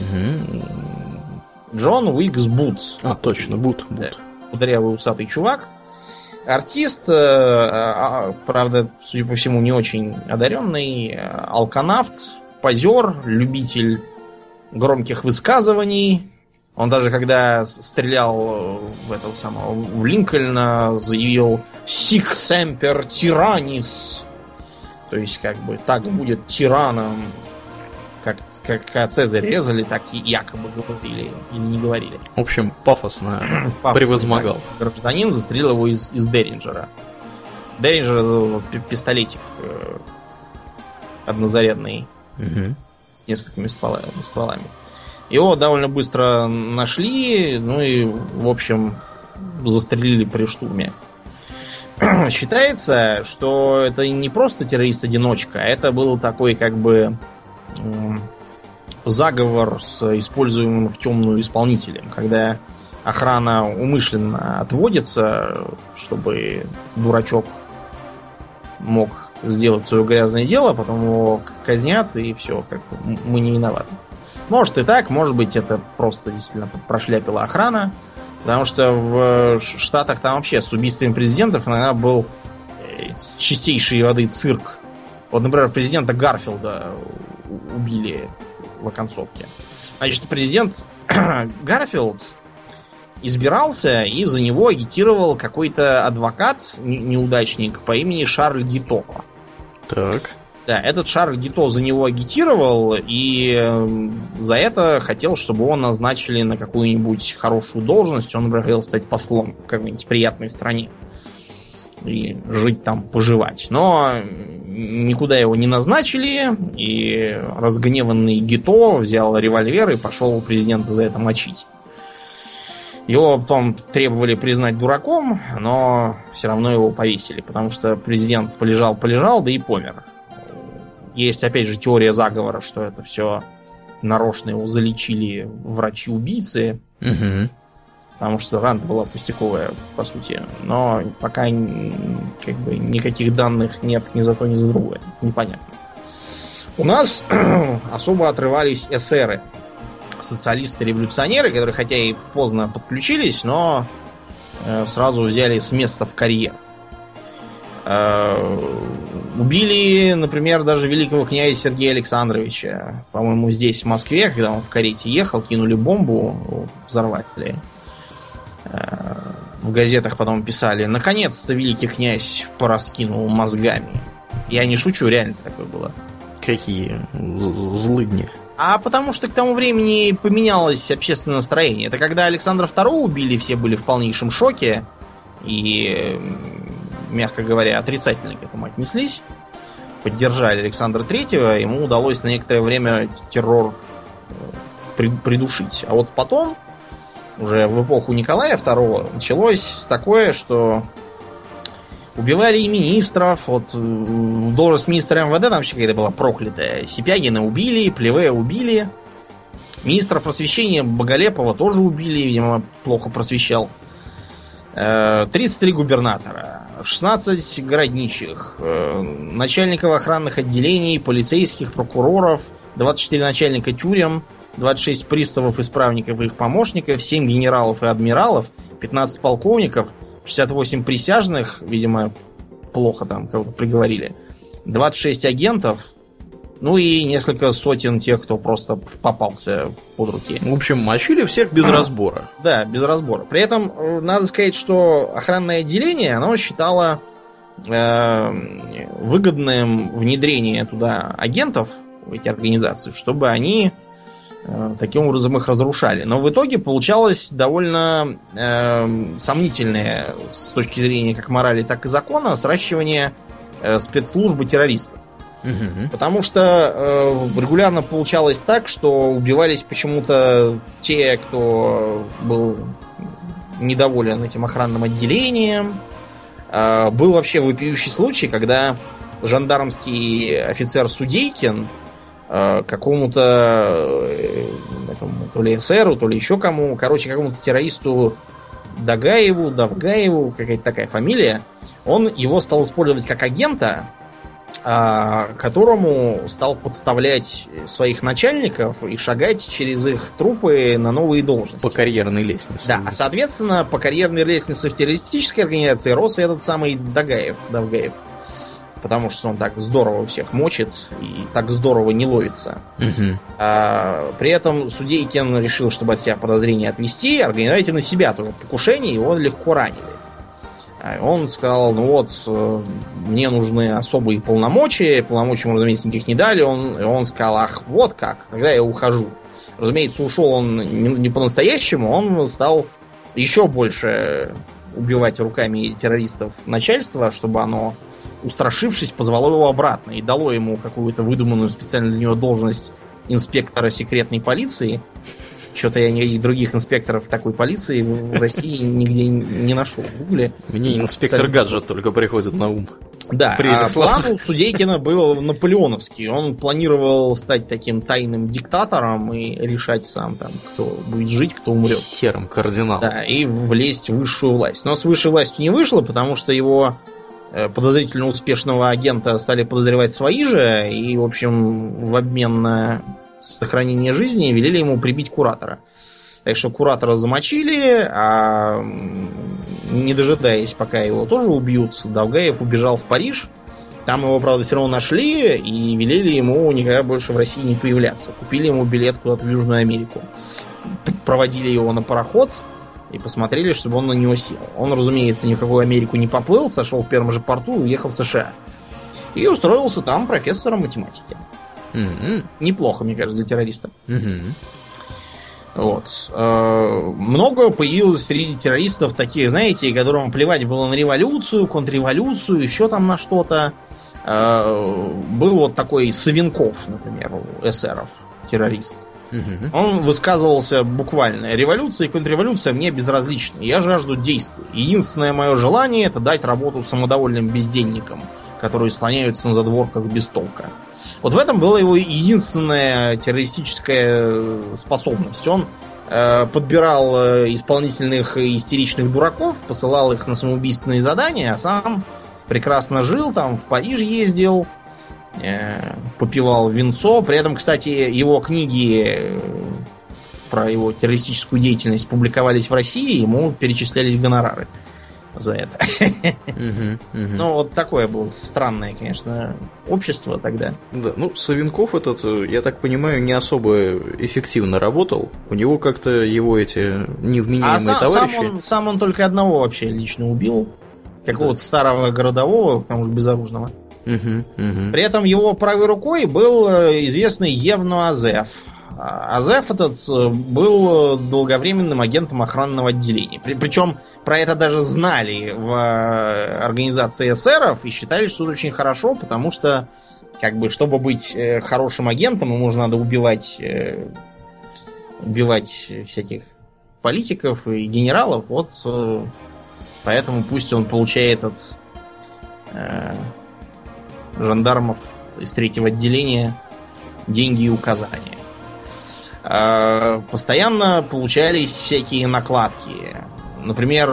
Джон Уикс Бут. Точно, Бут. Да. Кудрявый усатый чувак. Артист, правда, судя по всему, не очень одаренный. Алканавт, позер, любитель громких высказываний. Он даже когда стрелял в этого самого в Линкольна, заявил «Sic semper tyrannis», то есть как бы так будет тираном, как Цезарь резали, так и якобы говорили или не говорили. В общем, пафосно превозмогал. Гражданин застрелил его из Деринджера. Деринджер пистолетик однозарядный с несколькими стволами. Его довольно быстро нашли, ну и, в общем, застрелили при штурме. Считается, что это не просто террорист-одиночка, а это был такой, как бы, заговор с используемым в темную исполнителем, когда охрана умышленно отводится, чтобы дурачок мог сделать свое грязное дело, потом его казнят, и все, как бы мы не виноваты. Может и так, может быть, это просто действительно прошляпила охрана. Потому что в Штатах там вообще с убийством президентов иногда был чистейшей воды цирк. Вот, например, президента Гарфилда убили в оконцовке. Значит, президент Гарфилд избирался, и за него агитировал какой-то адвокат, неудачник по имени Шарль Гито. Так. Да, этот Шарль Гито за него агитировал, и за это хотел, чтобы его назначили на какую-нибудь хорошую должность. Он, например, хотел стать послом в какой-нибудь приятной стране и жить там, поживать. Но никуда его не назначили, и разгневанный Гито взял револьвер и пошел президента за это мочить. Его потом требовали признать дураком, но все равно его повесили, потому что президент полежал, да и помер. Есть, опять же, теория заговора, что это все нарочно его залечили врачи-убийцы. Потому что рана была пустяковая, по сути. Но пока как бы никаких данных нет ни за то, ни за другое. Непонятно. У нас особо отрывались эсеры. Социалисты-революционеры, которые хотя и поздно подключились, но сразу взяли с места в карьер. Убили, например, даже великого князя Сергея Александровича. По-моему, здесь, в Москве, когда он в карете ехал, кинули бомбу взорватели. В газетах потом писали: наконец-то великий князь пораскинул мозгами. Я не шучу, реально такое было. Какие злыдни. А потому что к тому времени поменялось общественное настроение. Это когда Александра II убили, все были в полнейшем шоке. И, мягко говоря, отрицательно к этому отнеслись. Поддержали Александра III. Ему удалось на некоторое время террор придушить. А вот потом, уже в эпоху Николая II, началось такое, что убивали и министров. Вот должность министра МВД там вообще какая-то была проклятая. Сипягина убили, Плеве убили. Министра просвещения Боголепова тоже убили, видимо, плохо просвещал. 33 губернатора, 16 городничих, начальников охранных отделений, полицейских, прокуроров, 24 начальника тюрем, 26 приставов, исправников и их помощников, 7 генералов и адмиралов, 15 полковников, 68 присяжных, видимо, плохо там кого-то приговорили, 26 агентов, ну и несколько сотен тех, кто просто попался под руки. В общем, мочили всех без разбора. Да, без разбора. При этом надо сказать, что охранное отделение, оно считало выгодным внедрение туда агентов в эти организации, чтобы они таким образом их разрушали. Но в итоге получалось довольно сомнительное с точки зрения как морали, так и закона сращивание спецслужбы террористов. Потому что регулярно получалось так, что убивались почему-то те, кто был недоволен этим охранным отделением. Был вообще вопиющий случай, когда жандармский офицер Судейкин какому-то то ли эсеру, то ли еще кому, какому-то террористу Давгаеву, какая-то такая фамилия, он его стал использовать как агента, которому стал подставлять своих начальников и шагать через их трупы на новые должности. По карьерной лестнице. Да, а соответственно, по карьерной лестнице в террористической организации рос и этот самый Давгаев. Потому что он так здорово всех мочит и так здорово не ловится. При этом Судейкин решил, чтобы от себя подозрения отвести, организуйте на себя тоже покушение, его легко ранили. Он сказал: ну вот, мне нужны особые полномочия. Полномочий ему, разумеется, никаких не дали. Он сказал: ах, вот как, тогда я ухожу. Разумеется, ушел он не по-настоящему. Он стал еще больше убивать руками террористов начальства, чтобы оно, устрашившись, позвало его обратно и дало ему какую-то выдуманную специально для него должность инспектора секретной полиции. Что-то я никаких других инспекторов такой полиции в России нигде не нашел в Гугле. Мне инспектор Гаджет только приходит на ум. Да, план у Судейкина был наполеоновский. Он планировал стать таким тайным диктатором и решать сам, там, кто будет жить, кто умрет. Серым кардиналом. Да, и влезть в высшую власть. Но с высшей властью не вышло, потому что его подозрительно успешного агента стали подозревать свои же, и, в общем, в обмен на сохранение жизни велели ему прибить куратора. Так что куратора замочили, а не дожидаясь, пока его тоже убьют, Давгаев убежал в Париж. Там его, правда, все равно нашли и велели ему никогда больше в России не появляться. Купили ему билет куда-то в Южную Америку. Проводили его на пароход и посмотрели, чтобы он на него сел. Он, разумеется, ни в какую Америку не поплыл, сошел в первом же порту и уехал в США. И устроился там профессором математики. Неплохо, мне кажется, для террориста. Вот. Много появилось среди террористов таких, знаете, которым плевать было на революцию, контрреволюцию, еще там на что-то. Был вот такой Савенков, например, у эсеров, террорист. Он высказывался буквально: революция и контрреволюция мне безразличны. Я жажду действий. Единственное мое желание — это дать работу самодовольным бездельникам, которые слоняются на задворках без толка. Вот в этом была его единственная террористическая способность. Он подбирал исполнительных истеричных дураков, посылал их на самоубийственные задания, а сам прекрасно жил, там в Париж ездил, попивал винцо. При этом, кстати, его книги про его террористическую деятельность публиковались в России, ему перечислялись гонорары. за это. Ну, вот такое было странное, конечно, общество тогда. Да, ну, Савенков этот, я так понимаю, не особо эффективно работал. У него как-то его эти невменяемые товарищи... Сам он только одного вообще лично убил. Какого-то старого городового, потому что безоружного. При этом его правой рукой был известный Евну Азеф. Азеф этот был долговременным агентом охранного отделения. Причем про это даже знали в организации эсеров и считали, что это очень хорошо, потому что, как бы, чтобы быть хорошим агентом, ему же надо убивать всяких политиков и генералов. Вот поэтому пусть он получает от жандармов из третьего отделения деньги и указания. Постоянно получались всякие накладки. Например,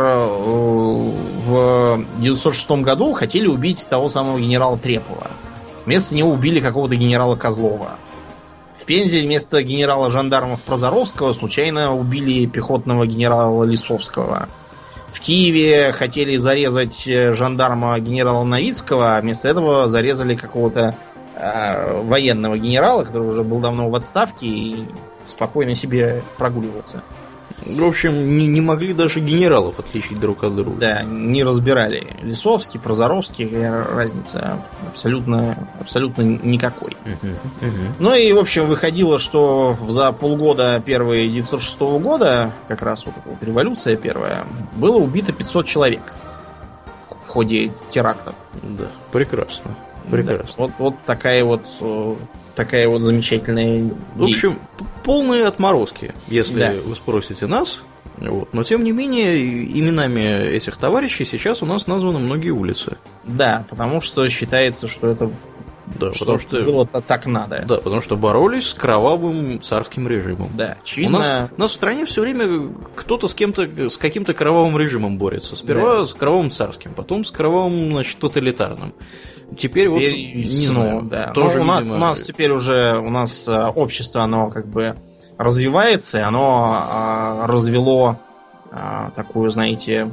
в 1906 году хотели убить того самого генерала Трепова. Вместо него убили какого-то генерала Козлова. В Пензе вместо генерала жандармов Прозоровского случайно убили пехотного генерала Лисовского. В Киеве хотели зарезать жандарма генерала Новицкого, а вместо этого зарезали какого-то военного генерала, который уже был давно в отставке и спокойно себе прогуливался. В общем, не могли даже генералов отличить друг от друга. Да, не разбирали. Лисовский, Прозоровский, разница абсолютно никакой. Ну и, в общем, выходило, что за полгода 1906 года, как раз вот эта вот революция первая, было убито 500 человек в ходе терактов. Да, прекрасно. Прекрасно. Да, вот такая вот замечательная... В общем, полные отморозки, если вы спросите нас. Вот. Но, тем не менее, именами этих товарищей сейчас у нас названы многие улицы. Да, потому что считается, что это потому что было так надо. Да, потому что боролись с кровавым царским режимом. Да, очевидно... У нас в стране все время кто-то с каким-то кровавым режимом борется. Сперва с кровавым царским, потом с кровавым, значит, тоталитарным. Теперь вот, не знаю, да. Тоже, у нас теперь уже общество, оно как бы развивается, и оно развело такую, знаете,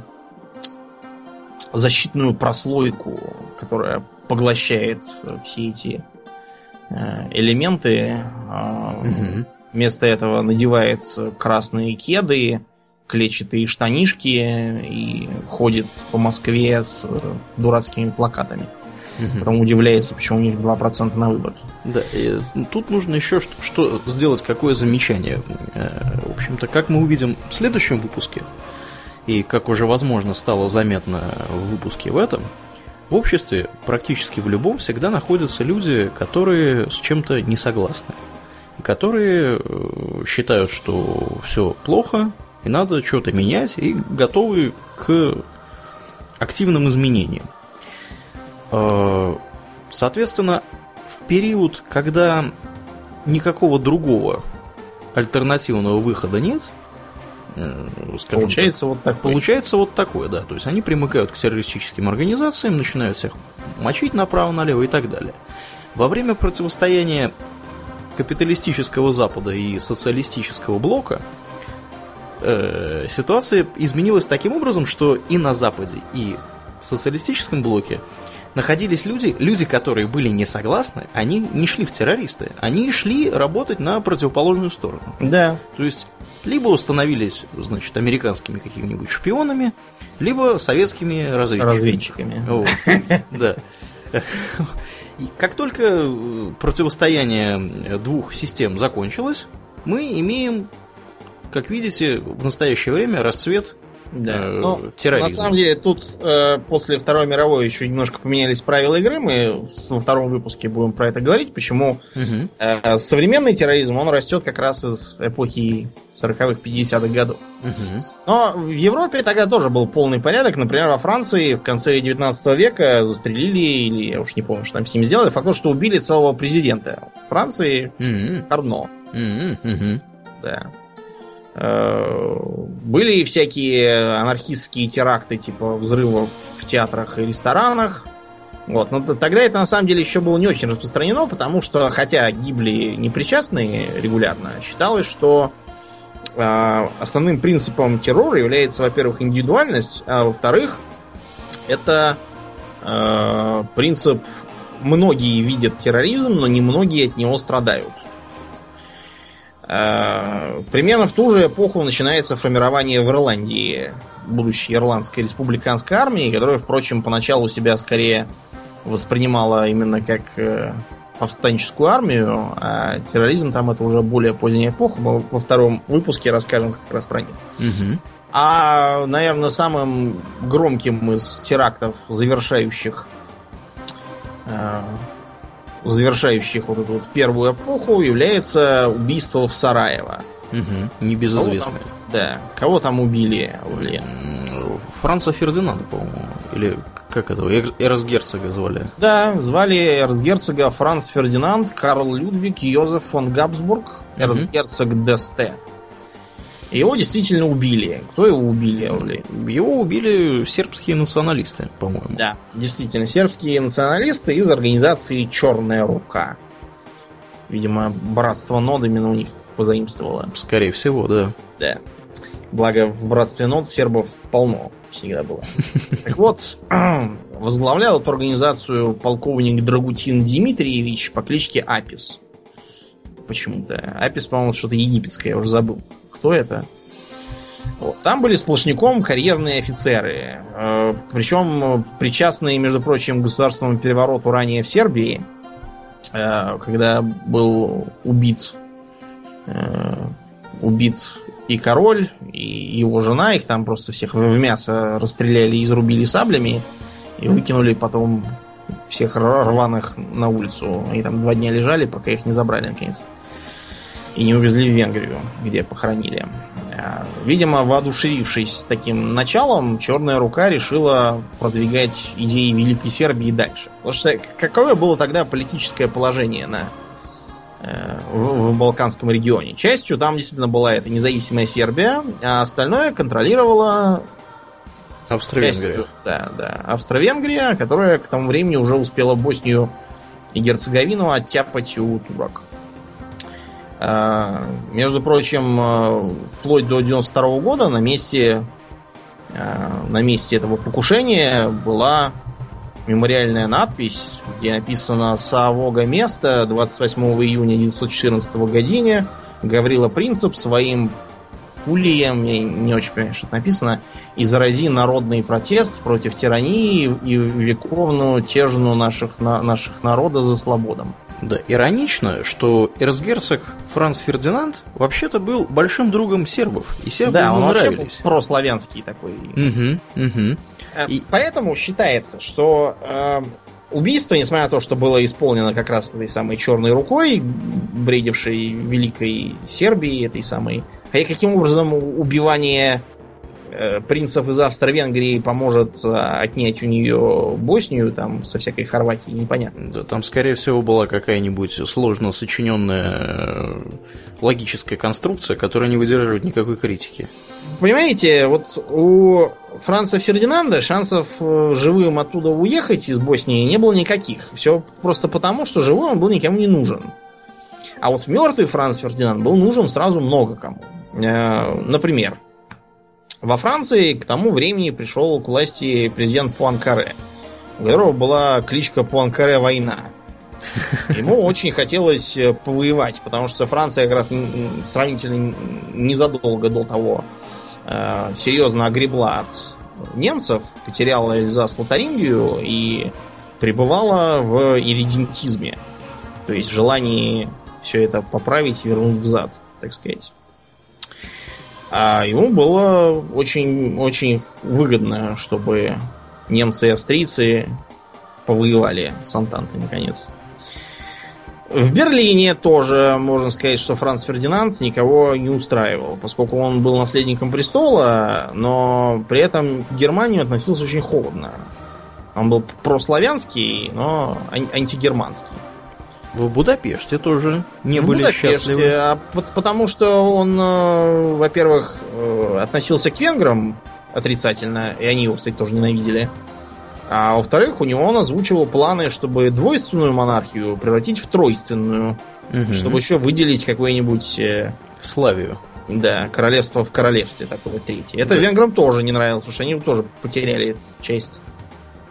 защитную прослойку, которая поглощает все эти элементы. Вместо этого надевает красные кеды, клетчатые штанишки и ходит по Москве с дурацкими плакатами. Потом удивляется, почему у них 2% на выборы. Да, и тут нужно еще что сделать, какое замечание. В общем-то, как мы увидим в следующем выпуске, и как уже, возможно, стало заметно в выпуске в этом, в обществе практически в любом всегда находятся люди, которые с чем-то не согласны. И которые считают, что все плохо, и надо что-то менять, и готовы к активным изменениям. Соответственно, в период, когда никакого другого альтернативного выхода нет, получается вот такое, да. То есть они примыкают к террористическим организациям, начинают всех мочить направо-налево и так далее. Во время противостояния капиталистического Запада и социалистического блока ситуация изменилась таким образом, что и на Западе, и в социалистическом блоке находились люди, которые были не согласны, они не шли в террористы, они шли работать на противоположную сторону. Да. То есть, либо становились, значит, американскими какими-нибудь шпионами, либо советскими разведчиками. Да. И как только противостояние двух систем закончилось, мы имеем, как видите, в настоящее время расцвет терроризма. На самом деле, тут после Второй мировой еще немножко поменялись правила игры. Мы во втором выпуске будем про это говорить, почему современный терроризм, он растет как раз из эпохи 40-х, 50-х годов. Но в Европе тогда тоже был полный порядок. Например, во Франции в конце 19 века застрелили, или я уж не помню, что там с ним сделали, факт, что убили целого президента Франции, Карно. Да. Были всякие анархистские теракты, типа взрывов в театрах и ресторанах. Вот. Но тогда это на самом деле еще было не очень распространено, потому что, хотя гибли непричастные регулярно, считалось, что основным принципом террора является, во-первых, индивидуальность, а во-вторых, это принцип «многие видят терроризм, но немногие от него страдают». Примерно в ту же эпоху начинается формирование в Ирландии будущей Ирландской республиканской армии, которая, впрочем, поначалу себя скорее воспринимала именно как повстанческую армию, а терроризм там это уже более поздняя эпоха. Мы во втором выпуске расскажем как раз про них. Угу. А, наверное, самым громким из терактов, завершающих вот эту вот первую эпоху, является убийство в Сараево. Угу. Небезызвестное. Кого там убили? Франца Фердинанда, по-моему. Или как этого? Эрцгерцога звали. Да, звали эрцгерцога Франц Фердинанд Карл Людвиг Йозеф фон Габсбург, эрцгерцог d'Este. Его действительно убили. Кто его убили? Его убили сербские националисты, по-моему. Да, действительно, сербские националисты из организации «Черная рука». Видимо, братство Нод именно у них позаимствовало. Скорее всего, да. Да. Благо, в братстве Нод сербов полно всегда было. Так вот, возглавлял эту организацию полковник Драгутин Дмитриевич по кличке Апис. Почему-то. Апис, по-моему, что-то египетское, я уже забыл. Кто это? Вот. Там были сплошняком карьерные офицеры. Причем причастные, между прочим, к государственному перевороту ранее в Сербии, когда был убит и король, и его жена. Их там просто всех в мясо расстреляли и изрубили саблями. И выкинули потом всех рваных на улицу. Они там 2 дня лежали, пока их не забрали наконец. И не увезли в Венгрию, где похоронили. Видимо, воодушевившись таким началом, Черная рука решила продвигать идеи Великой Сербии дальше. Потому что какое было тогда политическое положение в Балканском регионе? Частью там действительно была эта независимая Сербия, а остальное контролировала Австро-Венгрия. Да, Австро-Венгрия, которая к тому времени уже успела Боснию и Герцеговину оттяпать у турок. Между прочим, вплоть до 92 года на месте этого покушения была мемориальная надпись, где написано «Саавога место 28 июня 1914 године Гаврила Принцип своим пулием», я не очень понимаю, что это написано, «и зарази народный протест против тирании и вековную тежну наших народа за свободом». Да, иронично, что эрцгерцог Франц Фердинанд вообще-то был большим другом сербов, и сербы ему нравились. Был прославянский такой. И поэтому считается, что убийство, несмотря на то, что было исполнено как раз этой самой черной рукой, бредившей великой Сербии, этой самой, а каким образом убивание принцев из Австро-Венгрии поможет отнять у нее Боснию, там, со всякой Хорватией, непонятно. Да, там, скорее всего, была какая-нибудь сложно сочиненная логическая конструкция, которая не выдерживает никакой критики. Понимаете, вот у Франца Фердинанда шансов живым оттуда уехать из Боснии не было никаких. Все просто потому, что живой он был никому не нужен. А вот мертвый Франц Фердинанд был нужен сразу много кому. Например, во Франции к тому времени пришел к власти президент Пуанкаре, у которого была кличка Пуанкаре война. Ему очень хотелось повоевать, потому что Франция как раз сравнительно незадолго до того серьезно огребла от немцев, потеряла Эльзас-Лотарингию и пребывала в ирредентизме. То есть в желании все это поправить и вернуть взад, так сказать. А ему было очень выгодно, чтобы немцы и австрийцы повоевали с Антантой наконец. В Берлине тоже можно сказать, что Франц Фердинанд никого не устраивал, поскольку он был наследником престола, но при этом к Германии относился очень холодно. Он был прославянский, но антигерманский. В Будапеште тоже не были счастливы. Потому что он, во-первых, относился к венграм отрицательно, и они его, кстати, тоже ненавидели. А во-вторых, у него он озвучивал планы, чтобы двойственную монархию превратить в тройственную, чтобы еще выделить какое-нибудь... Славию. Да, королевство в королевстве, такое третье. Это венграм тоже не нравилось, потому что они тоже потеряли часть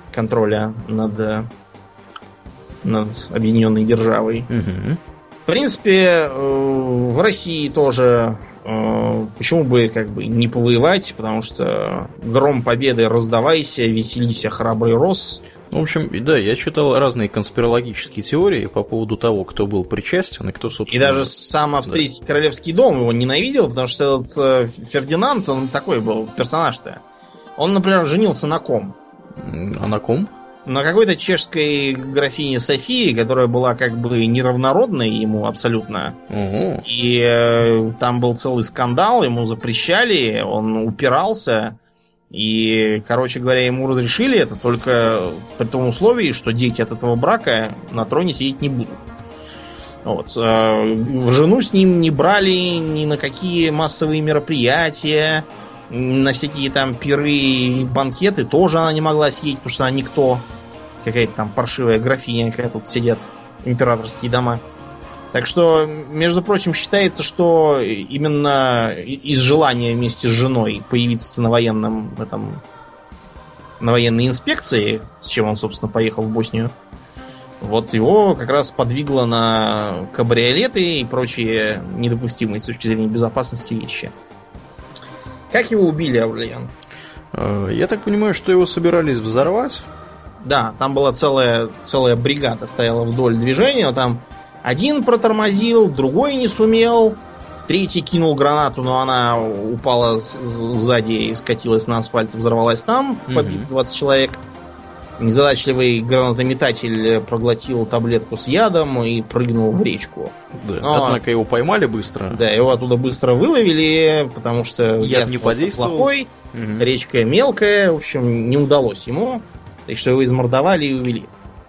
контроля над объединенной державой. Угу. В принципе, в России тоже почему бы как бы не повоевать, потому что гром победы раздавайся, веселися, храбрый рос. В общем, да, я читал разные конспирологические теории по поводу того, кто был причастен и кто, собственно... И даже сам австрийский королевский дом его ненавидел, потому что этот Фердинанд, он такой был персонаж-то. Он, например, женился на ком? А на ком? На какой-то чешской графине Софии, которая была как бы неравнородной ему абсолютно. Угу. И там был целый скандал, ему запрещали, он упирался. И, короче говоря, ему разрешили это только при том условии, что дети от этого брака на троне сидеть не будут. Вот. Жену с ним не брали ни на какие массовые мероприятия, на всякие там пиры и банкеты тоже она не могла съездить, потому что она никто. Какая-то там паршивая графиня, какая тут сидят императорские дома. Так что, между прочим, считается, что именно из желания вместе с женой появиться на военной инспекции, с чем он, собственно, поехал в Боснию, вот его как раз подвигло на кабриолеты и прочие недопустимые с точки зрения безопасности вещи. Как его убили, Аурлиен? Я так понимаю, что его собирались взорвать. Да, там была целая бригада стояла вдоль движения, там один протормозил, другой не сумел, третий кинул гранату, но она упала сзади и скатилась на асфальт, взорвалась там, побив 20 человек. Незадачливый гранатометатель проглотил таблетку с ядом и прыгнул в речку. Да, однако его поймали быстро. Да, его оттуда быстро выловили, потому что яд не подействовал. Плохой, речка мелкая, в общем, не удалось ему. Так что его измордовали и увели.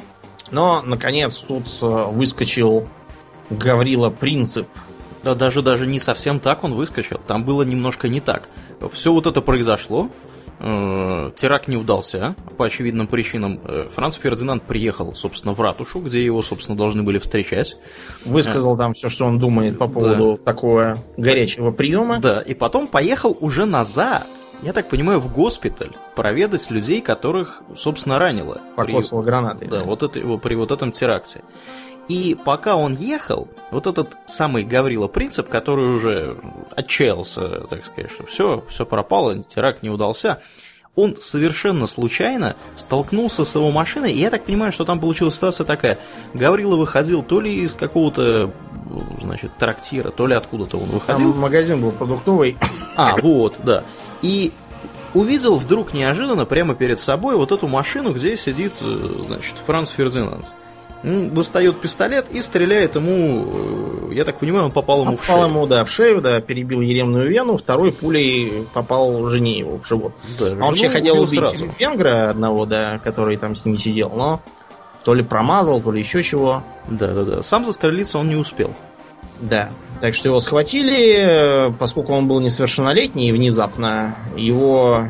Но, наконец, тут выскочил Гаврила Принцип. Да, даже не совсем так он выскочил. Там было немножко не так. Все вот это произошло. Теракт не удался. По очевидным причинам Франц Фердинанд приехал, собственно, в ратушу, где его, собственно, должны были встречать. Высказал там все, что он думает по поводу такого горячего приема. Да, и потом поехал уже назад. Я так понимаю, в госпиталь проведать людей, которых, собственно, ранило. Покосило гранатой. Да, при вот этом теракте. И пока он ехал, вот этот самый Гаврила Принцип, который уже отчаялся, так сказать, что все пропало, теракт не удался, он совершенно случайно столкнулся с его машиной, и я так понимаю, что там получилась ситуация такая. Гаврила выходил то ли из какого-то, значит, трактира, то ли откуда-то он выходил. Там магазин был продуктовый. Вот, да. И увидел вдруг неожиданно прямо перед собой вот эту машину, где сидит, значит, Франц Фердинанд. Достает пистолет и стреляет ему, я так понимаю, он попал ему в шею. Попал ему, да, в шею, да, перебил еремную вену, второй пулей попал жене его в живот. Да, он вообще хотел убить сразу венгра одного, да, который там с ними сидел, но то ли промазал, то ли еще чего. Да. Сам застрелиться он не успел. Да. Так что его схватили, поскольку он был несовершеннолетний, внезапно его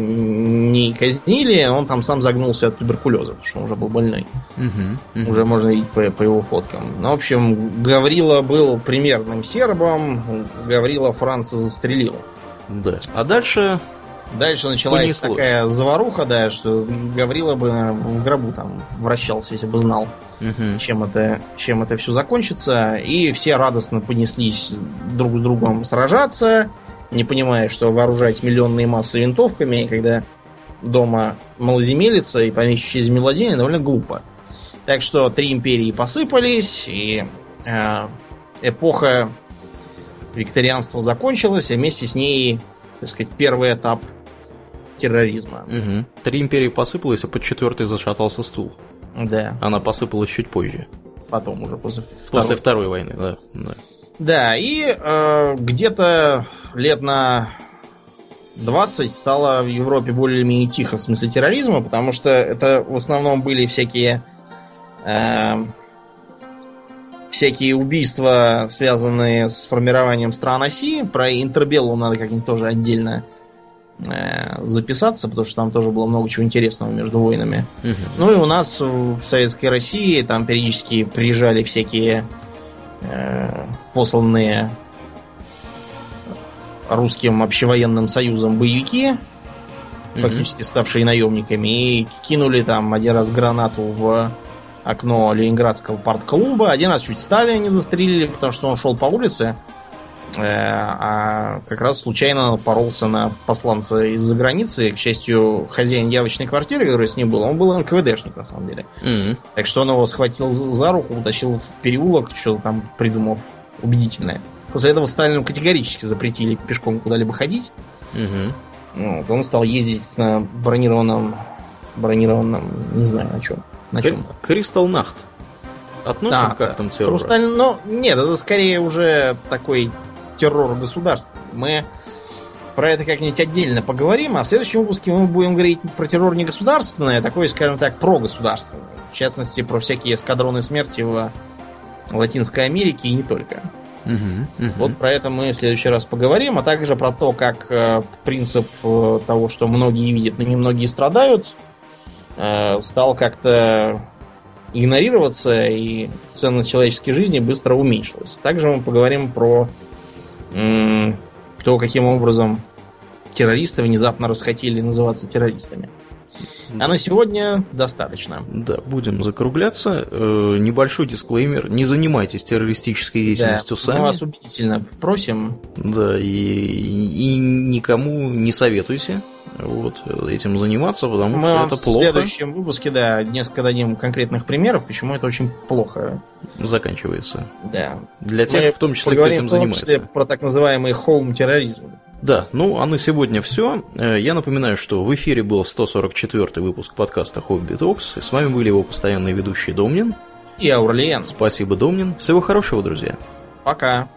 не казнили, он там сам загнулся от туберкулеза, потому что он уже был больной. Уже можно видеть по его фоткам. Ну, в общем, Гаврила был примерным сербом, Гаврила Франца застрелил. Да. А дальше началась такая заваруха, да, что Гаврила бы в гробу там вращался, если бы знал, чем это все закончится. И все радостно понеслись друг с другом сражаться, не понимая, что вооружать миллионные массы винтовками, когда дома малоземелица и помещичье землевладение, довольно глупо. Так что 3 империи посыпались, и эпоха викторианства закончилась, а вместе с ней, так сказать, первый этап терроризма. 3 империи посыпалось, а под 4-й зашатался стул. Да. Она посыпалась чуть позже. Потом уже после Второй войны, да. Да, и где-то лет на 20 стало в Европе более-менее тихо в смысле терроризма, потому что это в основном были всякие убийства, связанные с формированием стран оси. Про Интербеллум надо как-нибудь тоже отдельно записаться, потому что там тоже было много чего интересного между войнами. Ну и у нас в Советской России там периодически приезжали всякие посланные русским общевоенным союзом боевики, фактически ставшие наемниками, и кинули там один раз гранату в окно ленинградского парт-клуба, один раз чуть Сталина не застрелили, потому что он шел по улице, а как раз случайно напоролся на посланца из-за границы. К счастью, хозяин явочной квартиры, который с ним был, он был НКВДшник, на самом деле. Так что он его схватил за руку, утащил в переулок, что-то там придумав убедительное. После этого Сталину категорически запретили пешком куда-либо ходить. Вот, он стал ездить на бронированном, не знаю, на чем. Кристал Нахт. Относим к актам террора? Ну, нет, это скорее уже такой террор государства. Мы про это как-нибудь отдельно поговорим, а в следующем выпуске мы будем говорить про террор не государственный, а такой, скажем так, прогосударственный. В частности, про всякие эскадроны смерти в Латинской Америке и не только. Вот про это мы в следующий раз поговорим, а также про то, как принцип того, что многие видят, но немногие страдают, стал как-то игнорироваться, и ценность человеческой жизни быстро уменьшилась. Также мы поговорим про то, каким образом террористы внезапно расхотели называться террористами. А на сегодня достаточно. Да, будем закругляться. Небольшой дисклеймер. Не занимайтесь террористической деятельностью сами. Мы вас убедительно просим. Да, и никому не советуйте этим заниматься, потому что это плохо. В следующем выпуске, несколько дадим конкретных примеров, почему это очень плохо заканчивается. Да. Для тех, в том числе, кто этим занимается. В том числе про так называемый хоум-терроризм. Да, ну а на сегодня все. Я напоминаю, что в эфире был 144-й выпуск подкаста Хобби Токс. И с вами были его постоянные ведущие Домнин и Аурлиен. Спасибо, Домнин. Всего хорошего, друзья. Пока.